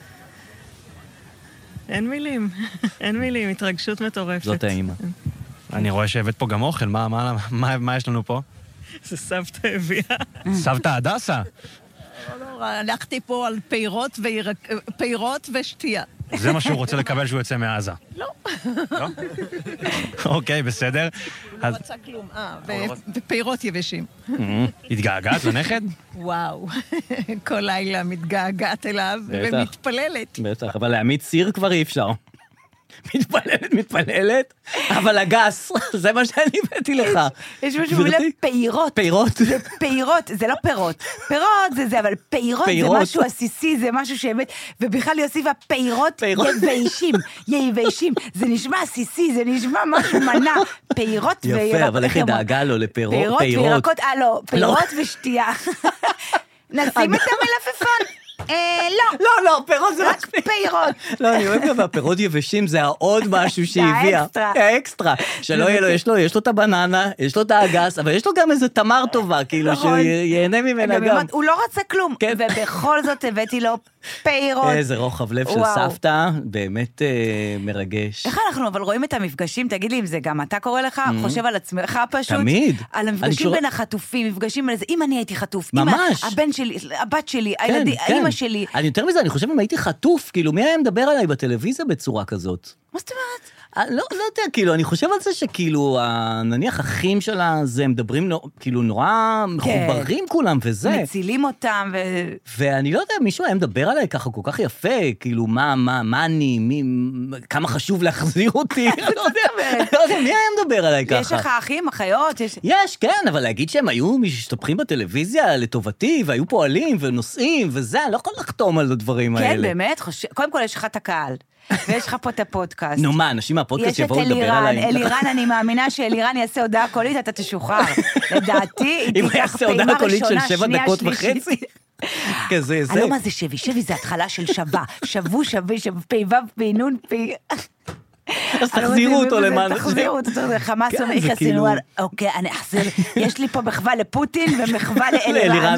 אין מילים, התרגשות מטורפת. זאת האמא. אני רואה שהבאת פה גם אוכל, מה יש לנו פה? זה סבתא הביאה. סבתא הדסה? לא, הלכתי פה על פירות ושתייה. זה מה שהוא רוצה לקבל שהוא יוצא מעזה. לא. לא? אוקיי, בסדר. הוא לא רצה כלום, ופירות יבשים. התגעגעת לנכד? וואו, כל לילה מתגעגעת אליו ומתפללת. בטח, אבל להעמיד סיר כבר אי אפשר. מתפללת, אבל הגס, זה מה שאני הבאתי לך. יש משהו מילה פירות. פירות. זה פירות, זה לא פירות. פירות זה זה, אבל פירות זה משהו עסיסי, זה משהו שבאמת, ובכלל יוסיפה פירות יבשים. זה נשמע עסיסי, זה נשמע משהו מנה. פירות וירקות. יפה, אבל איך היא דאגה לו לפירות? פירות וירקות, לא, פירות ושתייה. נשים את המלפפון. לא, פירות זה רק פירות. לא, אני אוהב גם, הפירות יבשים זה עוד משהו שהביאה. האקסטרה. שלא יהיה לו, יש לו את הבננה, יש לו את האגס, אבל יש לו גם איזה תמר טובה, כאילו שיהנה ממנה גם. הוא לא רצה כלום, ובכל זאת הבאתי לו פירות. איזה רוחב לב של סבתא, באמת מרגש. איך אנחנו אבל רואים את המפגשים, תגיד לי אם זה גם אתה קורא לך, חושב על עצמך פשוט. תמיד. על המפגשים בין החטופים, מפגשים על זה, אם אני הייתי חטוף, ממש. הבן שלי, הבת שלי, האמא שלי. אני יותר מזה, אני חושב אם הייתי חטוף, כאילו מי היה מדבר עליי בטלוויזיה בצורה כזאת? מה זאת אומרת? לא יודע, כאילו, אני חושב על זה שכאילו, נניח אחים שלה, זה מדברים כאילו נורא מחוברים כולם, וזה. מצילים אותם, ואני לא יודע, מישהו היה מדבר עליי ככה כל כך יפה, כאילו, מה אני, כמה חשוב להחזיר אותי, לא יודע, מי היה מדבר עליי ככה? יש לך אחים, אחיות? יש, כן, אבל להגיד שהם היו משתפכים בטלוויזיה לטובתי, והיו פועלים ונוסעים, וזה, אני לא יכול לחתום על הדברים האלה. כן, באמת, קודם כל יש לך את הקהל. ויש לך פה את הפודקאסט. נו מה, אנשים מהפודקאסט יבואו לדבר עליי. יש את אלירן, אני מאמינה שאלירן יעשה הודעה קולית, אתה תשוחרר. לדעתי, אם הוא יעשה הודעה קולית של 7 דקות וחצי. כזה, זה. לא מה זה שבי זה התחלה של שווה. שבו, פי פינון, פי... אז תחזירו אותו למען. תחזירו אותו, חמאס אומר, איך עשינו, אוקיי, אני אחזיר, יש לי פה מחווה לפוטין ומחווה לאלירן.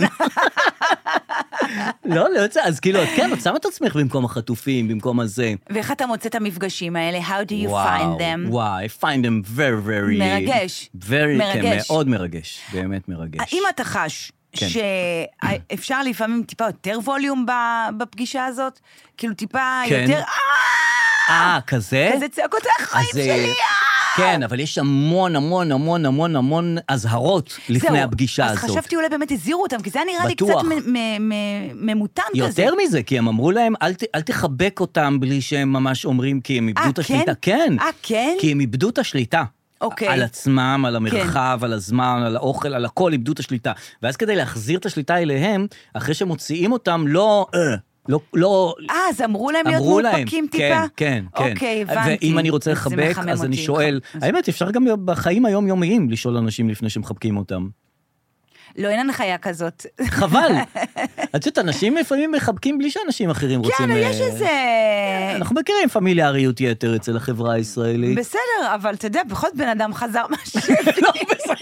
לא, אז כאילו, כן, את שמה את עצמך במקום החטופים, במקום הזה. ואיך אתה מוצא את המפגשים האלה? How do you find them? וואו, I find them very, very... מרגש. כן, מאוד מרגש, באמת מרגש. האם אתה חש שאפשר לפעמים טיפה יותר ווליום בפגישה הזאת? כאילו טיפה יותר... כזה? כזה צעקות החיים שלי! כן, אבל יש המון הזהרות לפני הפגישה הזאת. אז חשבתי אולי באמת הזהירו אותם, כי זה נראה לי קצת ממותן כזה. יותר מזה, כי הם אמרו להם, אל תחבק אותם בלי שהם ממש אומרים, כי הם איבדו את השליטה. כן? כן? כי הם איבדו את השליטה. אוקיי. על עצמם, על המרחב, על הזמן, על האוכל, על הכל, איבדו את השליטה. ואז כדי להחזיר את השליטה אליהם, אחרי שמוציאים אותם, לא... אז אמרו להם להיות מאופקים טיפה? כן. אוקיי, הבנתי. ואם אני רוצה לחבק, אז אני שואל, האמת, אפשר גם בחיים היום-יומיים לשאול אנשים לפני שמחבקים אותם. לא, אין הנחיה כזאת. חבל. את יודעת, אנשים לפעמים מחבקים בלי שאנשים אחרים רוצים... כן, יש איזה... אנחנו מכירים פמיליאריות יתר אצל החברה הישראלית. בסדר, אבל אתה יודע, בכל בן אדם חזר מהשבי. לא, בסדר.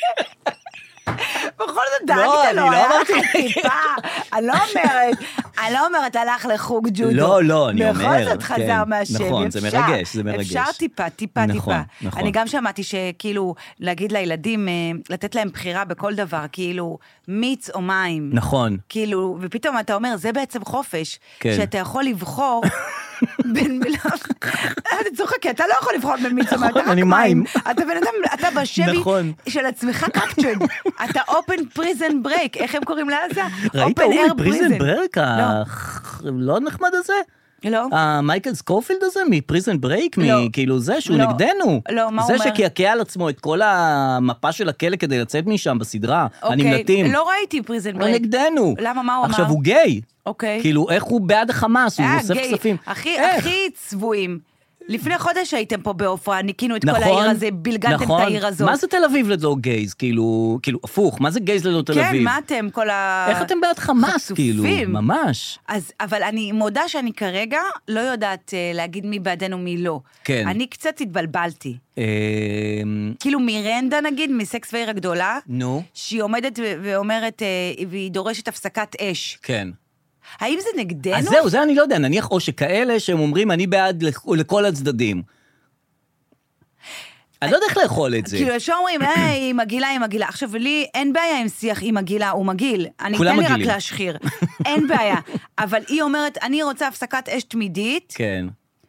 בכל זאת דאגת לו, הלך טיפה, אני לא אומרת, הלך לחוג ג'ודו. לא, אני אומרת. בכל זאת חזר מהשבי, נכון, זה מרגש. אפשר טיפה. אני גם שמעתי שכאילו, להגיד לילדים, לתת להם בחירה בכל דבר, כאילו, מיץ או מים. נכון. כאילו, ופתאום אתה אומר, זה בעצם חופש, שאתה יכול לבחור... בין מילה, אתה צוחק, כי אתה לא יכול לבחור בין מיץ, אתה רק מים, אתה בן אדם, אתה בשבי של עצמך קפצ'רד, אתה open prison break, איך הם קוראים לעזה? ראית פריזן ברק, לא נחמד הזה? לא. מייקל סקופילד הזה, מפריזן ברייק, כאילו זה שהוא נגדנו. לא, מה הוא אומר? זה שקעקע על עצמו את כל המפה של הכלא כדי לצאת משם בסדרה, הנמלטים. לא ראיתי פריזן ברייק. הוא נגדנו. למה, מה הוא אמר? עכשיו הוא גיי. אוקיי. כאילו, איך הוא בעד החמאס, הוא אוסף כספים. הכי צבועים. לפני חודש הייתם פה באופרה, ניקינו את כל העיר הזה, בלגנתם את העיר הזאת. מה זה תל אביב ללא גייז? כאילו, הפוך, מה זה גייז ללא תל אביב? כן, מה אתם, כל איך אתם בעד חמאס, כאילו? ממש. אבל אני מודה שאני כרגע לא יודעת להגיד מי בעדנו מי לא. כן. אני קצת התבלבלתי. כאילו מירנדה נגיד, מסקס ועיר הגדולה, שהיא עומדת ואומרת, והיא דורשת הפסקת אש. כן. האם זה נגדנו? אז זהו, זה אני לא יודע, נניח או שכאלה שהם אומרים, אני בעד לכל הצדדים. אני לא יודע איך לאכול את זה. כאילו, שאומרים, היא מגילה. עכשיו, לי אין בעיה עם שיח, היא מגילה, הוא מגיל. אני אתן לי רק להשחיר. אין בעיה. אבל היא אומרת, אני רוצה הפסקת אש תמידית. כן.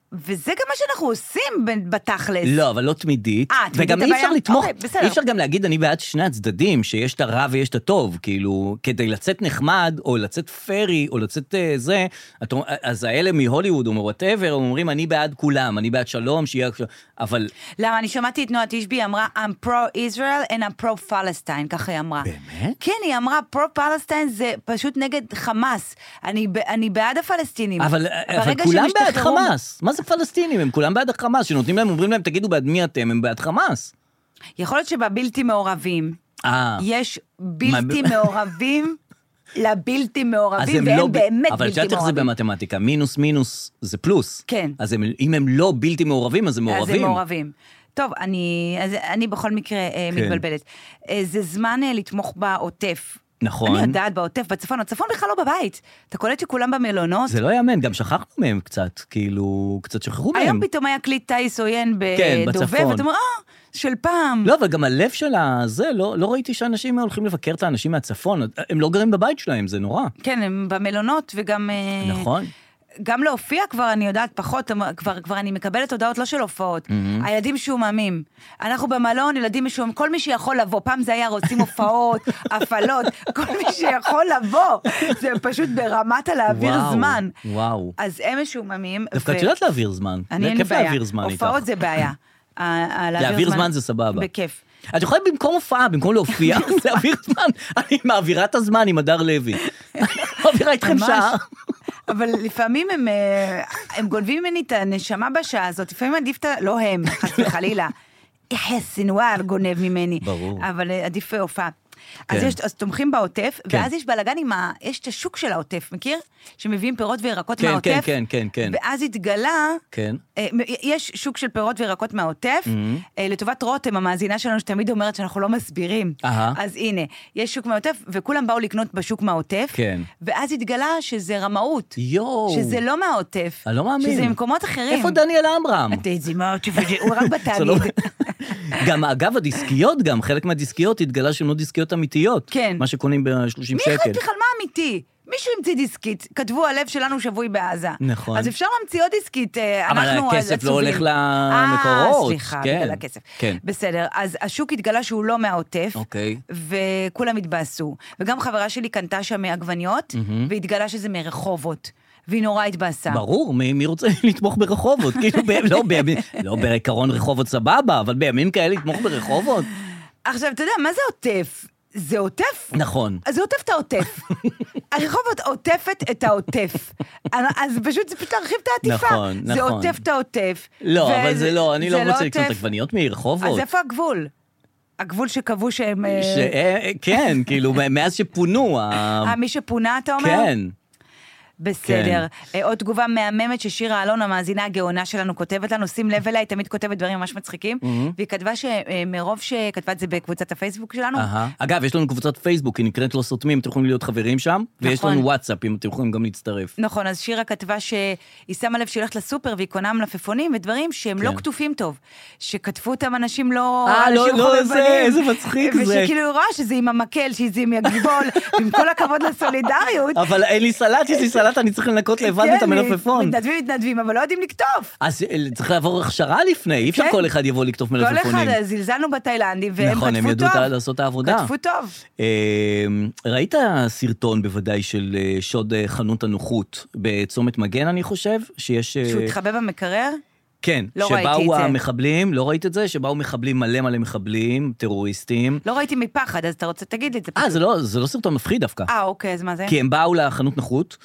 וזה גם מה שאנחנו עושים בתכלס. לא, אבל לא תמידית. וגם אי אפשר לתמוך, אי אפשר גם להגיד, אני בעד שני הצדדים, שיש את הרע ויש את הטוב, כאילו, כדי לצאת נחמד, או לצאת פרי, או לצאת זה, אז האלה מהוליווד, או whatever, אומרים, אני בעד כולם, אני בעד שלום, שיהיה... אבל... למה, אני שמעתי את נועה תשבי, אמרה, I'm pro-Israel and I'm pro-Palestine, ככה היא אמרה. באמת? כן, היא אמרה, pro-Palestine זה פשוט נגד חמאס. אני בעד הפלסטינים. אבל כולם בעד חמאס. מה זה פלסטינים? הם כולם בעד החמאס, שנותנים להם, אומרים להם, תגידו בעד מי אתם, הם בעד חמאס. יכול להיות שבבלתי מעורבים, יש בלתי מעורבים לבלתי מעורבים, והם באמת בלתי מעורבים. אבל שאת איך זה במתמטיקה, מינוס מינוס זה פלוס. כן. אז אם הם לא בלתי מעורבים, אז הם מעורבים. אז הם מעורבים. טוב, אני בכל מקרה מתבלבלת. זה זמן לתמוך בעוטף. נכון. אני יודעת בעוטף, בצפון, הצפון בכלל לא בבית. אתה קולט שכולם במלונות. זה לא יאמן, גם שכחנו מהם קצת, כאילו, קצת שכחו מהם. היום פתאום היה קליט טייס עוין בדובב, ואתה אומר, של פעם. לא, אבל גם הלב שלה, זה, לא ראיתי שאנשים הולכים לבקר את האנשים מהצפון, הם לא גרים בבית שלהם, זה נורא. כן, הם במלונות, וגם... נכון. גם להופיע כבר, אני יודעת, פחות, כבר אני מקבלת הודעות לא של הופעות. הילדים שוממים. אנחנו במלון, ילדים משוממים, כל מי שיכול לבוא, פעם זה היה רוצים הופעות, הפעלות, כל מי שיכול לבוא. זה פשוט ברמת להעביר זמן. וואו. אז הם משוממים. דווקא את יודעת להעביר זמן. אני אין בעיה. בעיה. הופעות זה בעיה. להעביר זמן זה סבבה. בכיף. את יכולה במקום הופעה, במקום להופיע, להעביר זמן. אני מעבירה את הזמן עם הדר לוי. מעבירה איתכם שעה. אבל לפעמים הם גונבים ממני את הנשמה בשעה הזאת, לפעמים עדיף, לא הם, חס וחלילה, סינואר גונב ממני, ברור. אבל עדיף הופעה. אז תומכים בעוטף, ואז יש בלגן יש את השוק של העוטף, מכיר? שמביאים פירות וירקות מהעוטף, כן. ואז התגלה, יש שוק של פירות וירקות מהעוטף, לטובת רותם, המאזינה שלנו שתמיד אומרת שאנחנו לא מסבירים, אז הנה, יש שוק מהעוטף, וכולם באו לקנות בשוק מהעוטף, ואז התגלה שזה רמאות, שזה לא מהעוטף, אני לא מאמין. שזה ממקומות אחרים. איפה דניאל אמרם? הוא רק בתאגיד. גם אגב הדיסקיות, גם חלק מהדיסקיות התגלה שהן לא דיסקיות אמיתיות. כן. מה שקונים ב-30 שקל. מי החליט בכלל מה אמיתי? מישהו המציא דיסקית, כתבו הלב שלנו שבוי בעזה. נכון. אז אפשר להמציא עוד דיסקית, אבל הכסף לא הולך למקורות. סליחה, בגלל הכסף. כן. בסדר, אז השוק התגלה שהוא לא מהעוטף, וכולם התבאסו. וגם חברה שלי קנתה שם עגבניות, והתגלה שזה מרחובות. והיא נורא התבאסה. ברור, מי רוצה לתמוך ברחובות? כאילו, לא בעיקרון רחובות סבבה, אבל בימים כאלה לתמוך ברחובות. עכשיו, אתה יודע, מה זה עוטף? זה עוטף? נכון. אז זה עוטף את העוטף. הרחובות עוטפת את העוטף. אז פשוט, זה פשוט להרחיב את העטיפה. נכון. זה עוטף את העוטף. לא, אבל זה לא, אני לא רוצה לקנות עגבניות מרחובות. אז איפה הגבול? הגבול שקבעו שהם... כן, כאילו, מאז שפונו. מי שפונה, אתה אומר? כן. בסדר. עוד תגובה מהממת ששירה אלון, המאזינה הגאונה שלנו, כותבת לנו, שים לב אליי, תמיד כותבת דברים ממש מצחיקים, והיא כתבה שמרוב שכתבה את זה בקבוצת הפייסבוק שלנו. אגב, יש לנו קבוצת פייסבוק, היא נקראת לא סותמים, אתם יכולים להיות חברים שם, ויש לנו וואטסאפ, אם אתם יכולים גם להצטרף. נכון, אז שירה כתבה שהיא שמה לב שהיא הולכת לסופר, והיא קונה מלפפונים ודברים שהם לא כתופים טוב, שכתבו אותם אנשים לא... איזה מצחיק זה. ושכאילו רואה שזה עם המקל, שזה עם הגבול, עם כל הכבוד לסולידריות. אבל אין לי סלט, יש לי סלט, אני צריך לנקות לבד את המלפפון. מתנדבים, אבל לא יודעים לקטוף. אז צריך לעבור הכשרה לפני, אי אפשר כל אחד יבוא לקטוף מלפפונים. כל אחד, זלזלנו בתאילנדים, והם כתפו טוב. נכון, הם ידעו לעשות את העבודה. כתפו טוב. ראית סרטון בוודאי של שוד חנות הנוחות בצומת מגן, אני חושב, שיש... שהוא התחבא במקרר? כן, שבאו המחבלים, לא ראית את זה? שבאו מחבלים מלא מחבלים, טרוריסטים. לא ראיתי מפחד, אז אתה רוצה, תגיד את זה. זה לא סרטון מפחיד דווקא. אוקיי, אז מה זה? כי הם באו לחנות נוחות,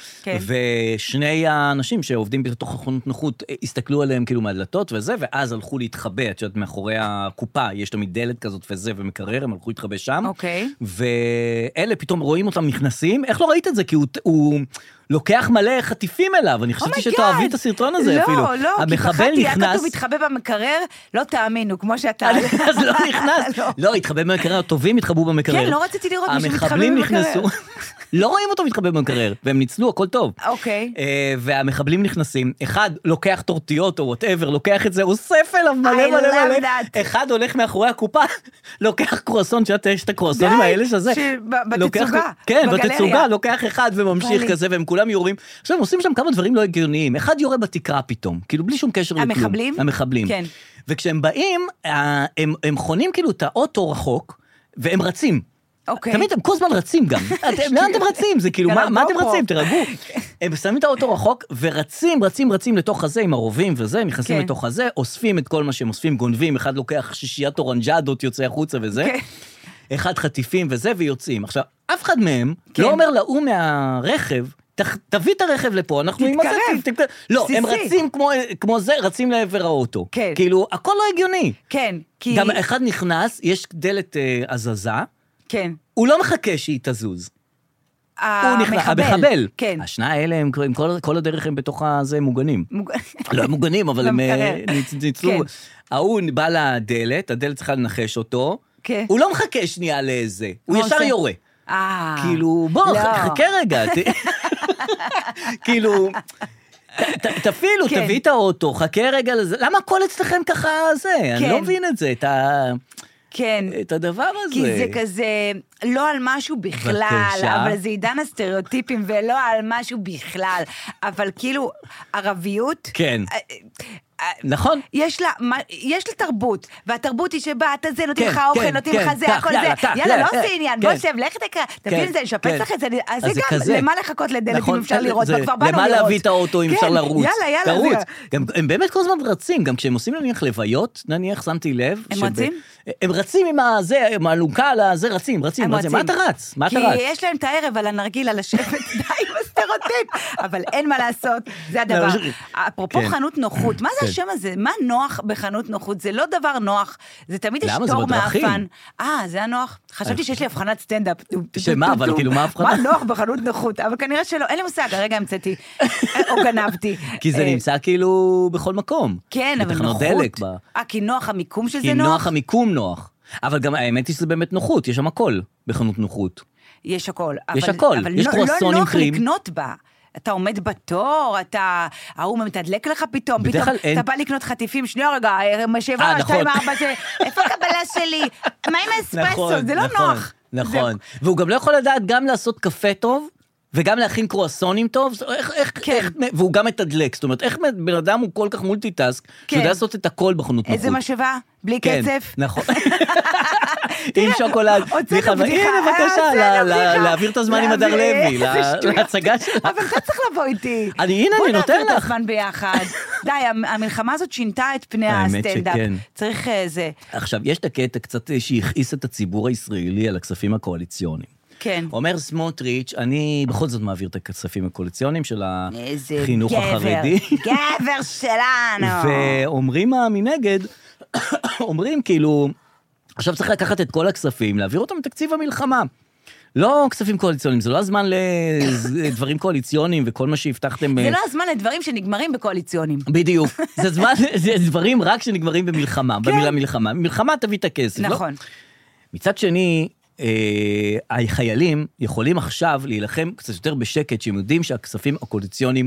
ושני האנשים שעובדים בתוך החנות נוחות, הסתכלו עליהם כאילו מהדלתות וזה, ואז הלכו להתחבא, את יודעת, מאחורי הקופה, יש תמיד דלת כזאת וזה, ומקרר, הם הלכו להתחבא שם. אוקיי. ואלה פתאום רואים אותם נכנסים, איך לא ראית את זה? כי הוא לוקח מלא חטיפים אליו, אני חשבתי שתאהבי את הסרטון הזה אפילו. לא, כי פחדתי, הכתוב מתחבא במקרר, לא תאמינו, כמו שאתה... אז לא נכנס. לא, התחבא במקרר, הטובים התחבאו במקרר. כן, לא רציתי לראות מישהו מתחבא במקרר. לא רואים אותו מתחבא במקרר, והם ניצלו, הכל טוב. אוקיי. והמחבלים נכנסים, אחד לוקח טורטיות או whatever, לוקח את זה, אוסף אליו מלא מלא מלא, אחד הולך מאחורי הקופה, לוקח קרואסון, שיש את הקרואסונים האלה שזה, בתצוגה, כן, בתצוגה, לוקח אחד וממשיך כזה, והם כולם יורים. עכשיו, הם עושים שם כמה דברים לא הגיוניים. אחד יורה בתקרה פתאום, כאילו בלי שום קשר לכלום. המחבלים? המחבלים. כן. וכשהם באים, הם חונים כאילו את האוטו רחוק, והם רצים. אוקיי. תמיד הם כל הזמן רצים גם. לאן אתם רצים? זה כאילו, מה אתם רצים? תרגעו. הם שמים את האוטו רחוק, ורצים לתוך הזה עם הרובים וזה, נכנסים לתוך הזה, אוספים את כל מה שהם אוספים, גונבים, אחד לוקח 6 אורנג'אדות, יוצא החוצה וזה, אחד חטיפים וזה, ויוצאים. עכשיו, אף אחד מהם לא אומר להוא מהרכב, תביא את הרכב לפה, אנחנו עם הזה, לא, הם רצים כמו זה, רצים לעבר האוטו. כאילו, הכל לא הגיוני. כן. גם אחד נכנס, יש דלת הזזה, כן. הוא לא מחכה שהיא תזוז. המחבל. כן. השניים האלה, כל הדרך הם בתוך הזה מוגנים. לא מוגנים, אבל הם ניצלו. ההוא בא לדלת, הדלת צריכה לנחש אותו, הוא לא מחכה שנייה לאיזה, הוא ישר יורה. כאילו, בוא, חכה רגע. כאילו, תפעילו, תביא את האוטו, חכה רגע לזה. למה הכל אצלכם ככה זה? אני לא מבין את זה, את הדבר הזה. כי זה כזה, לא על משהו בכלל, אבל זה עידן הסטריאוטיפים, ולא על משהו בכלל. אבל כאילו, ערביות... כן. נכון. יש לה תרבות, והתרבות היא שבה, אתה זה, נותנים לך אוכל, נותנים לך זה, הכל זה. יאללה, לא עושה עניין, בוא שב, לך תקרא, תבין את זה, נשפץ לך את זה. אז זה גם, למה לחכות לדלת אם אפשר לראות, כבר באנו לראות. למה להביא את האוטו אם אפשר לרוץ? יאללה. הם באמת כל הזמן רצים, גם כשהם עושים נניח לוויות, נניח שמתי לב. הם רצים? הם רצים עם האלונקה על הזה, רצים. מה אתה רץ? כי יש להם את הערב על הנרגיל, על השבט, די עם הסטריאוטיפ, אבל אין מה לעשות, זה הדבר. אפרופו חנות נוחות, מה זה השם הזה? מה נוח בחנות נוחות? זה לא דבר נוח, זה תמיד יש תור מאפן. זה הנוח? חשבתי שיש לי הבחנת סטנדאפ. שמה, אבל כאילו מה הבחנה? מה נוח בחנות נוחות? אבל כנראה שלא, אין לי מושג, הרגע המצאתי, או גנבתי. כי זה נמצא כאילו בכל מקום. כן, אבל נוחות. כי נוח המיקום של זה נוח? כי נוח המיקום נוח. אבל גם האמת היא שזה באמת נוחות, יש שם הכל בחנות נוחות. יש הכל. יש הכל, יש קרואסונים לא נוח קרים. לקנות בה. אתה עומד בתור, ההוא מתדלק לך פתאום אתה בא לקנות חטיפים, שנייה רגע, 7, 2, 4, איפה הקבלה שלי? מה עם האספרסו? זה לא נוח. נכון, והוא גם לא יכול לדעת גם לעשות קפה טוב, וגם להכין קרואסונים טוב, והוא גם מתדלק, זאת אומרת, איך בן אדם הוא כל כך מולטיטאסק, שהוא יודע לעשות את הכל בחנות נוחות. איזה משאבה? בלי קצף? נכון. עם שוקולד. הנה, בבקשה, להעביר את הזמן עם הדר לוי, להצגה שלה. אבל אתה צריך לבוא איתי. הנה, אני נותן לך. בוא נעביר את הזמן ביחד. די, המלחמה הזאת שינתה את פני הסטנדאפ. צריך זה. עכשיו, יש את הקטע קצת שהכעיס את הציבור הישראלי על הכספים הקואליציוניים. כן. אומר סמוטריץ', אני בכל זאת מעביר את הכספים הקואליציוניים של החינוך החרדי. גבר שלנו. ואומרים מנגד, אומרים כאילו, עכשיו צריך לקחת את כל הכספים, להעביר אותם לתקציב המלחמה. לא כספים קואליציוניים, זה לא הזמן לדברים קואליציוניים וכל מה שהבטחתם... זה לא הזמן לדברים שנגמרים בקואליציונים. בדיוק. זה דברים רק שנגמרים במלחמה, במילה מלחמה. מלחמה תביא את הכסף. נכון. מצד שני... החיילים יכולים עכשיו להילחם קצת יותר בשקט, שהם יודעים שהכספים הקואליציוניים,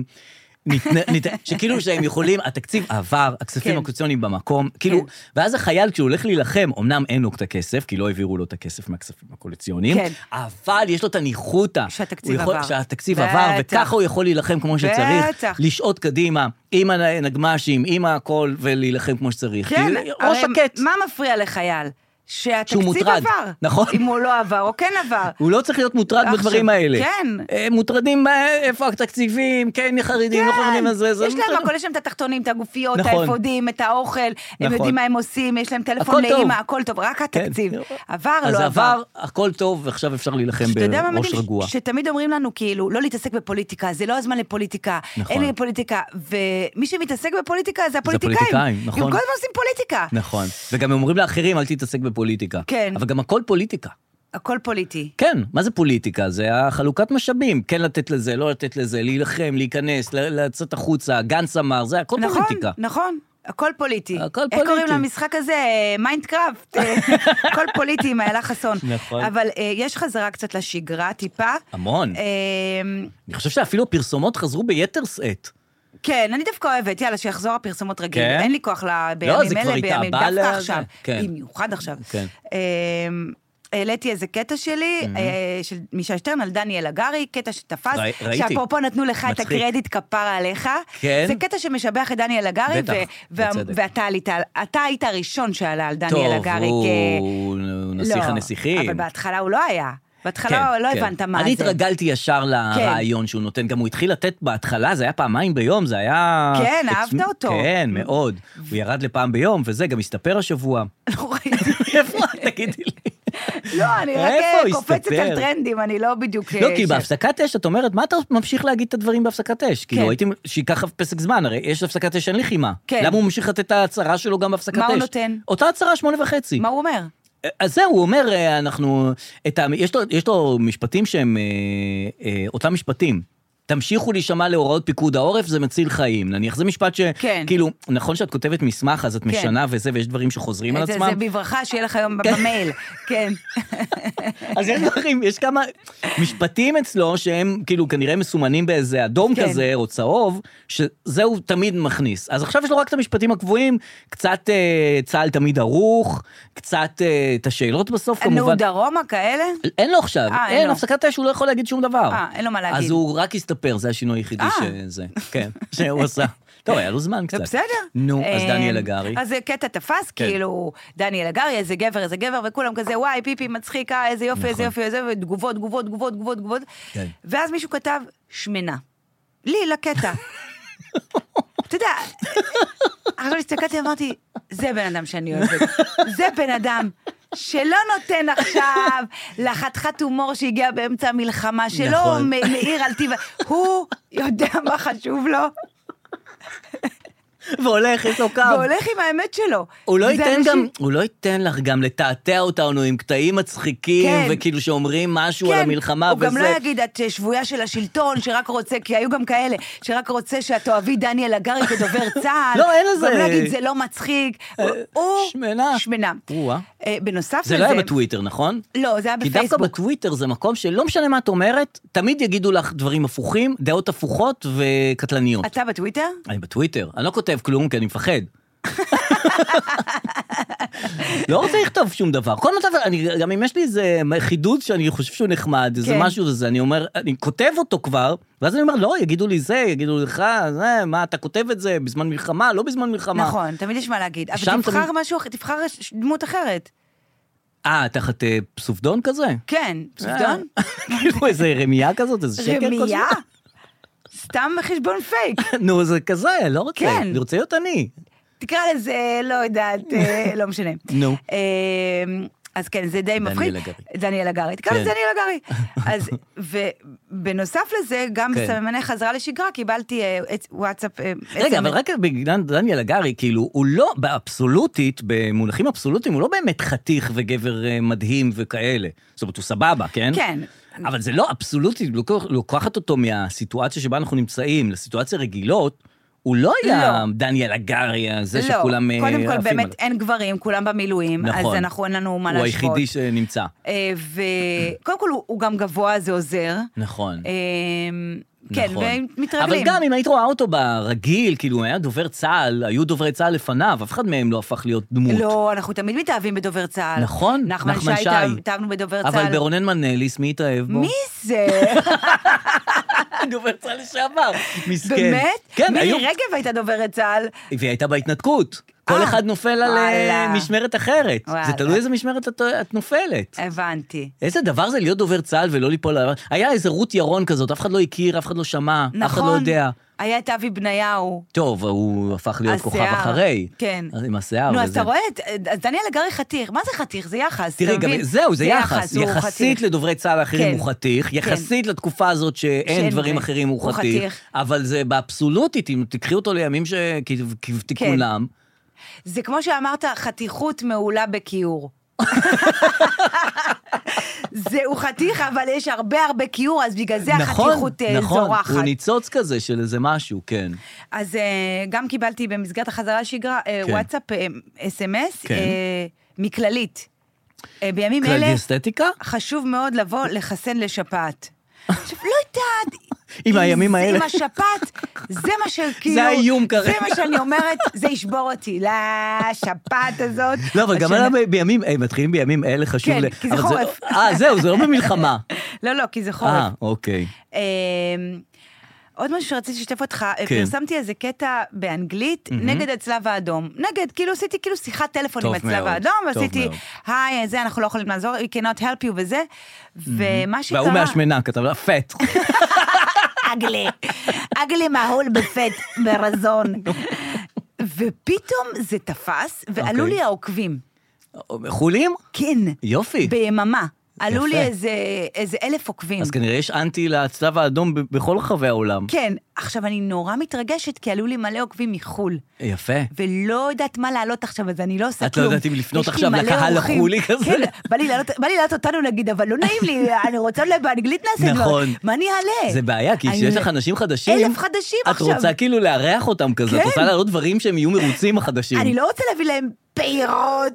שכאילו שהם יכולים, התקציב עבר, הכספים הקואליציוניים במקום, כאילו, ואז החייל כשהוא הולך להילחם, אמנם אין לו את הכסף, כי לא העבירו לו את הכסף מהכספים הקואליציוניים, אבל יש לו את הניחותא, שהתקציב עבר, וככה הוא יכול להילחם כמו שצריך, לשעות קדימה, עם הנגמשים, עם הכל, ולהילחם כמו שצריך. כן, מה מפריע לחייל? שהתקציב עבר. נכון. אם הוא לא עבר או כן עבר. הוא לא צריך להיות מוטרד בדברים האלה. כן. מוטרדים איפה התקציבים, כן, חרדים, לא חרדים על זה. יש להם הכל, יש להם את התחתונים, את הגופיות, את האפודים, את האוכל, הם יודעים מה הם עושים, יש להם טלפון לאמא, הכל טוב, רק התקציב. עבר, לא עבר. אז עבר, הכל טוב, ועכשיו אפשר להילחם בראש רגוע. שתמיד אומרים לנו כאילו, לא להתעסק בפוליטיקה, זה לא הזמן לפוליטיקה, אין לי פוליטיקה, ומי שמתעסק בפוליטיקה זה הפוליטיקאים. הם כל הזמן עושים פוליטיקה. נכון. וגם הם אומרים לאחרים, אל תתעסק בפוליטיקה. כן. אבל גם הכל פוליטיקה. הכל פוליטי. כן, מה זה פוליטיקה? זה החלוקת משאבים. כן לתת לזה, לא לתת לזה, להילחם, להיכנס, לצאת החוצה, גנץ אמר, זה הכל פוליטיקה. נכון. הכל פוליטי. הכל איך פוליטי. קוראים למשחק הזה? מיינדקראפט. הכל פוליטי עם איילה חסון. נכון. אבל יש חזרה קצת לשגרה טיפה. המון. אני חושב שאפילו פרסומות חזרו ביתר שאת. כן, אני דווקא אוהבת, יאללה, שיחזור הפרסומות רגיל. כן? אין לי כוח בימים לא, זה כבר אלה, בימים התאבע דווקא עכשיו. כן. במיוחד עכשיו. כן. העליתי איזה קטע שלי, של מישה שטרן על דניאל הגרי, קטע שתפס, ראיתי. שאפרופו נתנו לך את מצחיק. הקרדיט כפרה עליך. כן. זה קטע שמשבח את דניאל הגרי, בטח, בצדק. ואתה עלית, אתה היית הראשון שעלה על דניאל הגרי. טוב, הוא נסיך הנסיכים. אבל בהתחלה הוא לא היה. בהתחלה לא הבנת מה זה. אני התרגלתי ישר לרעיון שהוא נותן, גם הוא התחיל לתת בהתחלה, זה היה פעמיים ביום, זה היה... כן, אהבת אותו. כן, מאוד. הוא ירד לפעם ביום, וזה גם הסתפר השבוע. לא ראיתי. איפה? תגידי לי. לא, אני רק קופצת על טרנדים, אני לא בדיוק... לא, כי בהפסקת אש, את אומרת, מה אתה ממשיך להגיד את הדברים בהפסקת אש? כאילו, הייתי שיקח פסק זמן, הרי יש הפסקת אש, אין לחימה. למה הוא ממשיך לתת את ההצהרה שלו גם בהפסקת אש? מה הוא נותן? אותה הצהרה 8:30. מה הוא אומר? אז זהו, הוא אומר, יש לו משפטים שהם אותם משפטים. תמשיכו להישמע להוראות פיקוד העורף, זה מציל חיים. נניח, זה משפט שכאילו, נכון שאת כותבת מסמך, אז את משנה וזה, ויש דברים שחוזרים על עצמם. זה בברכה שיהיה לך היום במייל, כן. אז יש דברים, יש כמה משפטים אצלו, שהם כאילו כנראה מסומנים באיזה אדום כזה, או צהוב, שזהו תמיד מכניס. אז עכשיו יש לו רק את המשפטים הקבועים, קצת צהל תמיד ערוך, קצת את השאלות בסוף, כמובן. נו, דרומה כאלה? אין לו עכשיו, אין, הפסקת אש, הוא לא יכול להגיד שום דבר. אין לו מה להגיד. אז הוא רק הסתפר, זה השינוי היחידי שזה, כן, שהוא עשה. טוב, היה לו זמן קצת. בסדר. נו, אז דניאל הגרי. אז קטע תפס, כאילו, דניאל הגרי, איזה גבר, וכולם כזה, וואי, פיפי, מצחיקה, איזה יופי, איזה יופי, ותגובות, תגובות. ואז מישהו כתב, שמנה. לי, לקטע. אתה יודע, עכשיו הסתכלתי, אמרתי, זה בן אדם שאני אוהבת. זה בן אדם שלא נותן עכשיו לחתיכת הומור שהגיע באמצע המלחמה, שלא מאיר על טבע. הוא יודע מה חשוב לו. והולך, יש לו קו. והולך עם האמת שלו. הוא לא ייתן לך גם לתעתע אותנו עם קטעים מצחיקים, וכאילו שאומרים משהו על המלחמה וזה. הוא גם לא יגיד, את שבויה של השלטון, שרק רוצה, כי היו גם כאלה, שרק רוצה שאת אוהבי דניאל הגרי כדובר צה"ל. לא, אין לזה. גם לא יגיד, זה לא מצחיק. שמנה. בנוסף לזה... זה לא היה בטוויטר, נכון? לא, זה היה בפייסבוק. כי דווקא בטוויטר זה מקום שלא משנה מה את אומרת, תמיד יגידו לך דברים הפוכים, דעות הפוכות וקטלניות. אתה בטוויטר? אני בטוויטר. אני לא כותב כלום, כי אני מפחד. לא רוצה לכתוב שום דבר. כל מצב, גם אם יש לי איזה חידוד שאני חושב שהוא נחמד, איזה משהו זה, אני אומר, אני כותב אותו כבר, ואז אני אומר, לא, יגידו לי זה, יגידו לך, זה, מה, אתה כותב את זה בזמן מלחמה, לא בזמן מלחמה. נכון, תמיד יש מה להגיד. אבל תבחר משהו, תבחר דמות אחרת. תחת פסופדון כזה? כן, פסופדון. כאילו איזה רמייה כזאת, איזה שקר כזה. רמייה? סתם חשבון פייק. נו, זה כזה, לא רוצה. אני רוצה להיות אני. תקרא לזה, לא יודעת, לא משנה. נו. אז כן, זה די מפחיד. דניאל הגרי. תקרא לזה דניאל הגרי. אז, ובנוסף לזה, גם בסממני חזרה לשגרה, קיבלתי וואטסאפ... רגע, אבל רק בגלל דניאל הגרי, כאילו, הוא לא, באבסולוטית, במונחים אבסולוטיים, הוא לא באמת חתיך וגבר מדהים וכאלה. זאת אומרת, הוא סבבה, כן? כן. אבל זה לא אבסולוטית, לוקחת אותו מהסיטואציה שבה אנחנו נמצאים, לסיטואציה רגילות, הוא לא היה דניאל הגרי, זה שכולם... לא, קודם כל באמת אין גברים, כולם במילואים, אז אנחנו אין לנו מה להשוות. הוא היחידי שנמצא. וקודם כל הוא גם גבוה, זה עוזר. נכון. כן, ומתרגלים. אבל גם אם היית רואה אותו ברגיל, כאילו היה דובר צה"ל, היו דוברי צה"ל לפניו, אף אחד מהם לא הפך להיות דמות. לא, אנחנו תמיד מתאהבים בדובר צה"ל. נכון, נחמן שי. התאהבנו בדובר צה"ל. אבל ברונן מנליס, מי התאהב בו? מי זה? דובר צה"ל לשעבר. מסכן. באמת? כן, מירי רגב הייתה דוברת צה"ל. והיא הייתה בהתנתקות. כל אחד נופל על משמרת אחרת. זה תלוי איזה משמרת את נופלת. הבנתי. איזה דבר זה להיות דובר צה"ל ולא ליפול... היה איזה רות ירון כזאת, אף אחד לא הכיר, אף אחד לא שמע, אף אחד לא יודע. היה את אבי בניהו. טוב, הוא הפך להיות כוכב אחרי. כן. עם השיער. נו, אז אתה רואה, אז דניאל הגרי חתיך. מה זה חתיך? זה יחס. תראי, גם זהו, זה יחס. יחסית לדוברי צה"ל האחרים הוא חתיך, יחסית לתקופה הזאת שאין דברים אחרים הוא חתיך, אבל זה באבסולוטית, אם תקחי אותו לימים שכתיקונם. זה כמו שאמרת, חתיכות מעולה בכיור. הוא חתיך, אבל יש הרבה כיור, אז בגלל זה החתיכות זורחת. נכון, הוא ניצוץ כזה של איזה משהו, כן. אז גם קיבלתי במסגרת החזרה לשגרה, וואטסאפ, SMS, מכללית. בימים אלה, אסתטיקה? חשוב מאוד לבוא לחסן לשפעת. עכשיו, לא יודעת, עם הימים האלה. עם השפעת, זה מה שכאילו... זה האיום כרגע. זה מה שאני אומרת, זה ישבור אותי, לשפעת הזאת. לא, אבל גם בימים, מתחילים בימים אלה חשוב... כן, כי זה חורף. זהו, זה לא במלחמה. לא, כי זה חורף. אוקיי. עוד משהו שרציתי לשתף אותך, פרסמתי איזה קטע באנגלית נגד הצלב האדום. נגד, כאילו עשיתי כאילו שיחת טלפון עם הצלב האדום, ועשיתי, היי, זה אנחנו לא יכולים לעזור, we cannot help you וזה, ומה שקרה... והוא מהשמנה, כתב לה, פט. אגלי מהול בפט, ברזון. ופתאום זה תפס, ועלו לי העוקבים. חולים? כן. יופי. ביממה. עלו לי איזה 1,000 עוקבים. אז כנראה יש אנטי לצלב האדום בכל רחבי העולם. כן. עכשיו, אני נורא מתרגשת, כי עלו לי מלא עוקבים מחול. יפה. ולא יודעת מה לעלות עכשיו, אז אני לא עושה כלום. את לא יודעת אם לפנות עכשיו לקהל החולי כזה? כן, בא לי לעלות אותנו נגיד, אבל לא נעים לי, אני רוצה באנגלית נעשה לו. נכון. מה אני אעלה? זה בעיה, כי כשיש לך אנשים חדשים, 1,000 חדשים עכשיו. את רוצה כאילו לארח אותם כזה, את רוצה לעלות דברים שהם יהיו מרוצים החדשים. אני לא רוצה להביא להם פירות.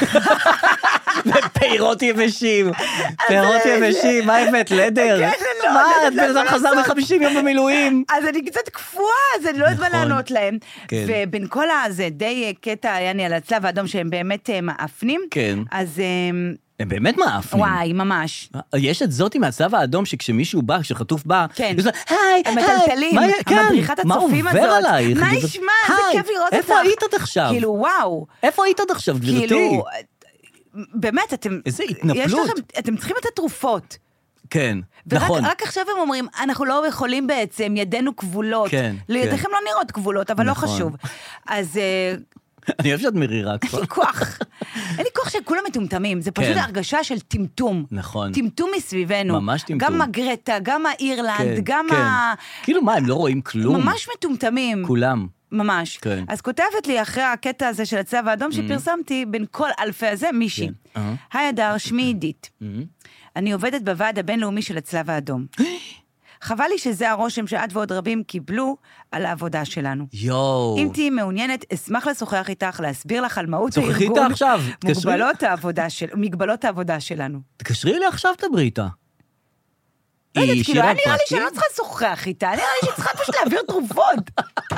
פירות יבשים. פירות יבשים, מה הבאת? לדר? מה? את בן אדם חזר ב50 יום במילואים. אז אני קצת קפואה, אז אני לא יודעת מה לענות להם. ובין כל הזה, די קטע היה לי על הצלב האדום שהם באמת מאפנים. כן. אז... הם באמת מאפנים. וואי, ממש. יש את זאתי מהצלב האדום שכשמישהו בא, כשחטוף בא, כן. היי, הם מטלטלים, המדריכת הצופים הזאת. מה עובר עלייך? מה ישמע, זה כיף לראות אותך. איפה היית עד עכשיו? כאילו, וואו. איפה היית עד עכשיו, גברתי? כאילו, באמת, אתם... איזה התנפלות. אתם צריכים לתת תרופות. כן, נכון. ורק עכשיו הם אומרים, אנחנו לא יכולים בעצם, ידינו כבולות. כן. לידיכם לא נראות כבולות, אבל לא חשוב. אז... אני אוהב שאת מרירה כבר. אין לי כוח. אין לי כוח שכולם מטומטמים. זה פשוט הרגשה של טמטום. נכון. טמטום מסביבנו. ממש טמטום. גם הגרטה, גם האירלנד, גם ה... כאילו מה, הם לא רואים כלום. ממש מטומטמים. כולם. ממש. כן. אז כותבת לי אחרי הקטע הזה של הצבע האדום שפרסמתי, בין כל אלפי הזה, מישהי. היי אדר, שמי עידית. אני עובדת בוועד הבינלאומי של הצלב האדום. חבל לי שזה הרושם שאת ועוד רבים קיבלו על העבודה שלנו. יואו. אם תהי מעוניינת, אשמח לשוחח איתך, להסביר לך על מהות הארגון. שוחחי איתה עכשיו. מגבלות העבודה שלנו. תקשרי לי עכשיו, דברי איתה. לא יודעת, כאילו, נראה לי שאני לא צריכה לשוחח איתה, נראה לי שצריכה פשוט להעביר תרופות.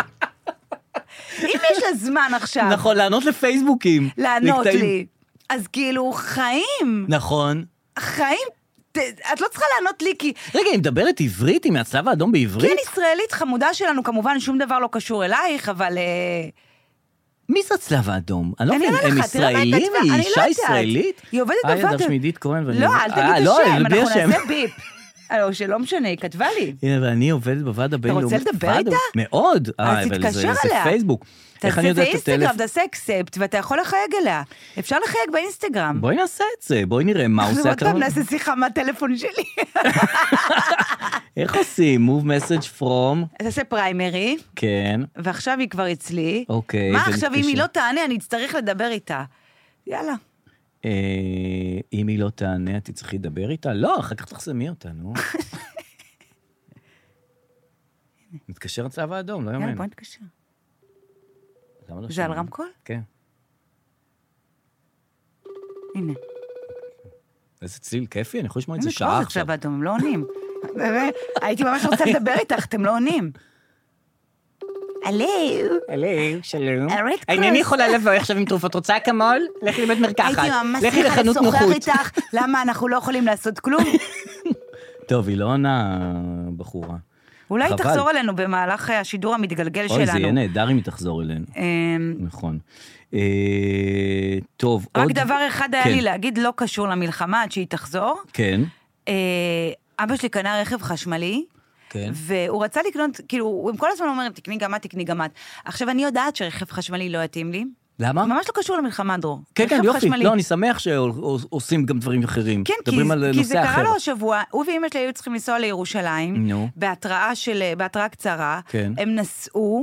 אם יש לה זמן עכשיו. נכון, לענות לפייסבוקים. לענות לי. אז כאילו, חיים. נכון. חיים. את לא צריכה לענות לי כי... רגע, היא מדברת עברית, היא מהצלב האדום בעברית? כן, ישראלית חמודה שלנו, כמובן שום דבר לא קשור אלייך, אבל... מי זה הצלב האדום? אני לא מבין, הם ישראלים? היא אישה ישראלית? היא עובדת בוועד... אדר שמעידית כהן ואני... לא, אל תגיד את השם, אנחנו נעשה ביפ. שלא משנה, היא כתבה לי. הנה, ואני עובדת בוועד הבינלאומי. אתה רוצה לדבר איתה? מאוד. אז תתקשר אליה. זה פייסבוק. תעשה את האינסטגרם, תעשה אקספט, ואתה יכול לחייג אליה. אפשר לחייג באינסטגרם. בואי נעשה את זה, בואי נראה מה עושה. עוד פעם נעשה שיחה מהטלפון שלי. איך עושים? move message from... תעשה פריימרי. כן. ועכשיו היא כבר אצלי. אוקיי. מה עכשיו, אם היא לא תענה, אני אצטרך לדבר איתה. יאללה. אם היא לא תענה, את תצטרכי לדבר איתה? לא, אחר כך תחסמי אותה, נו. נתקשר הצלב האדום, לא יאמן. יאללה, בוא נתקשר. זה על רמקול? כן. הנה. איזה צליל כיפי, אני יכול לשמוע את זה שעה עכשיו. הצלב האדום, הם לא עונים. הייתי ממש רוצה לדבר איתך, אתם לא עונים. הלו, שלום. אינני יכולה לבוא עכשיו עם תרופות, רוצה אקמול? לכי לבית מרקחת. הייתי ממש צריכה לשוחח איתך, למה אנחנו לא יכולים לעשות כלום? טוב, היא לא עונה בחורה. אולי תחזור אלינו במהלך השידור המתגלגל שלנו. אוי, זה יהיה נהדר אם היא תחזור אלינו. נכון. טוב, רק דבר אחד היה לי להגיד, לא קשור למלחמה עד שהיא תחזור. כן. אבא שלי קנה רכב חשמלי, והוא רצה לקנות, כאילו, הם כל הזמן אומרים, תקני גם את, תקני גם את. עכשיו, אני יודעת שרכב חשמלי לא יתאים לי. למה? ממש לא קשור למלחמה, דרור. כן, כן, יופי. לא, אני שמח שעושים גם דברים אחרים. כן, כי זה קרה לו השבוע, הוא ואמא שלי היו צריכים לנסוע לירושלים, בהתראה קצרה, הם נסעו,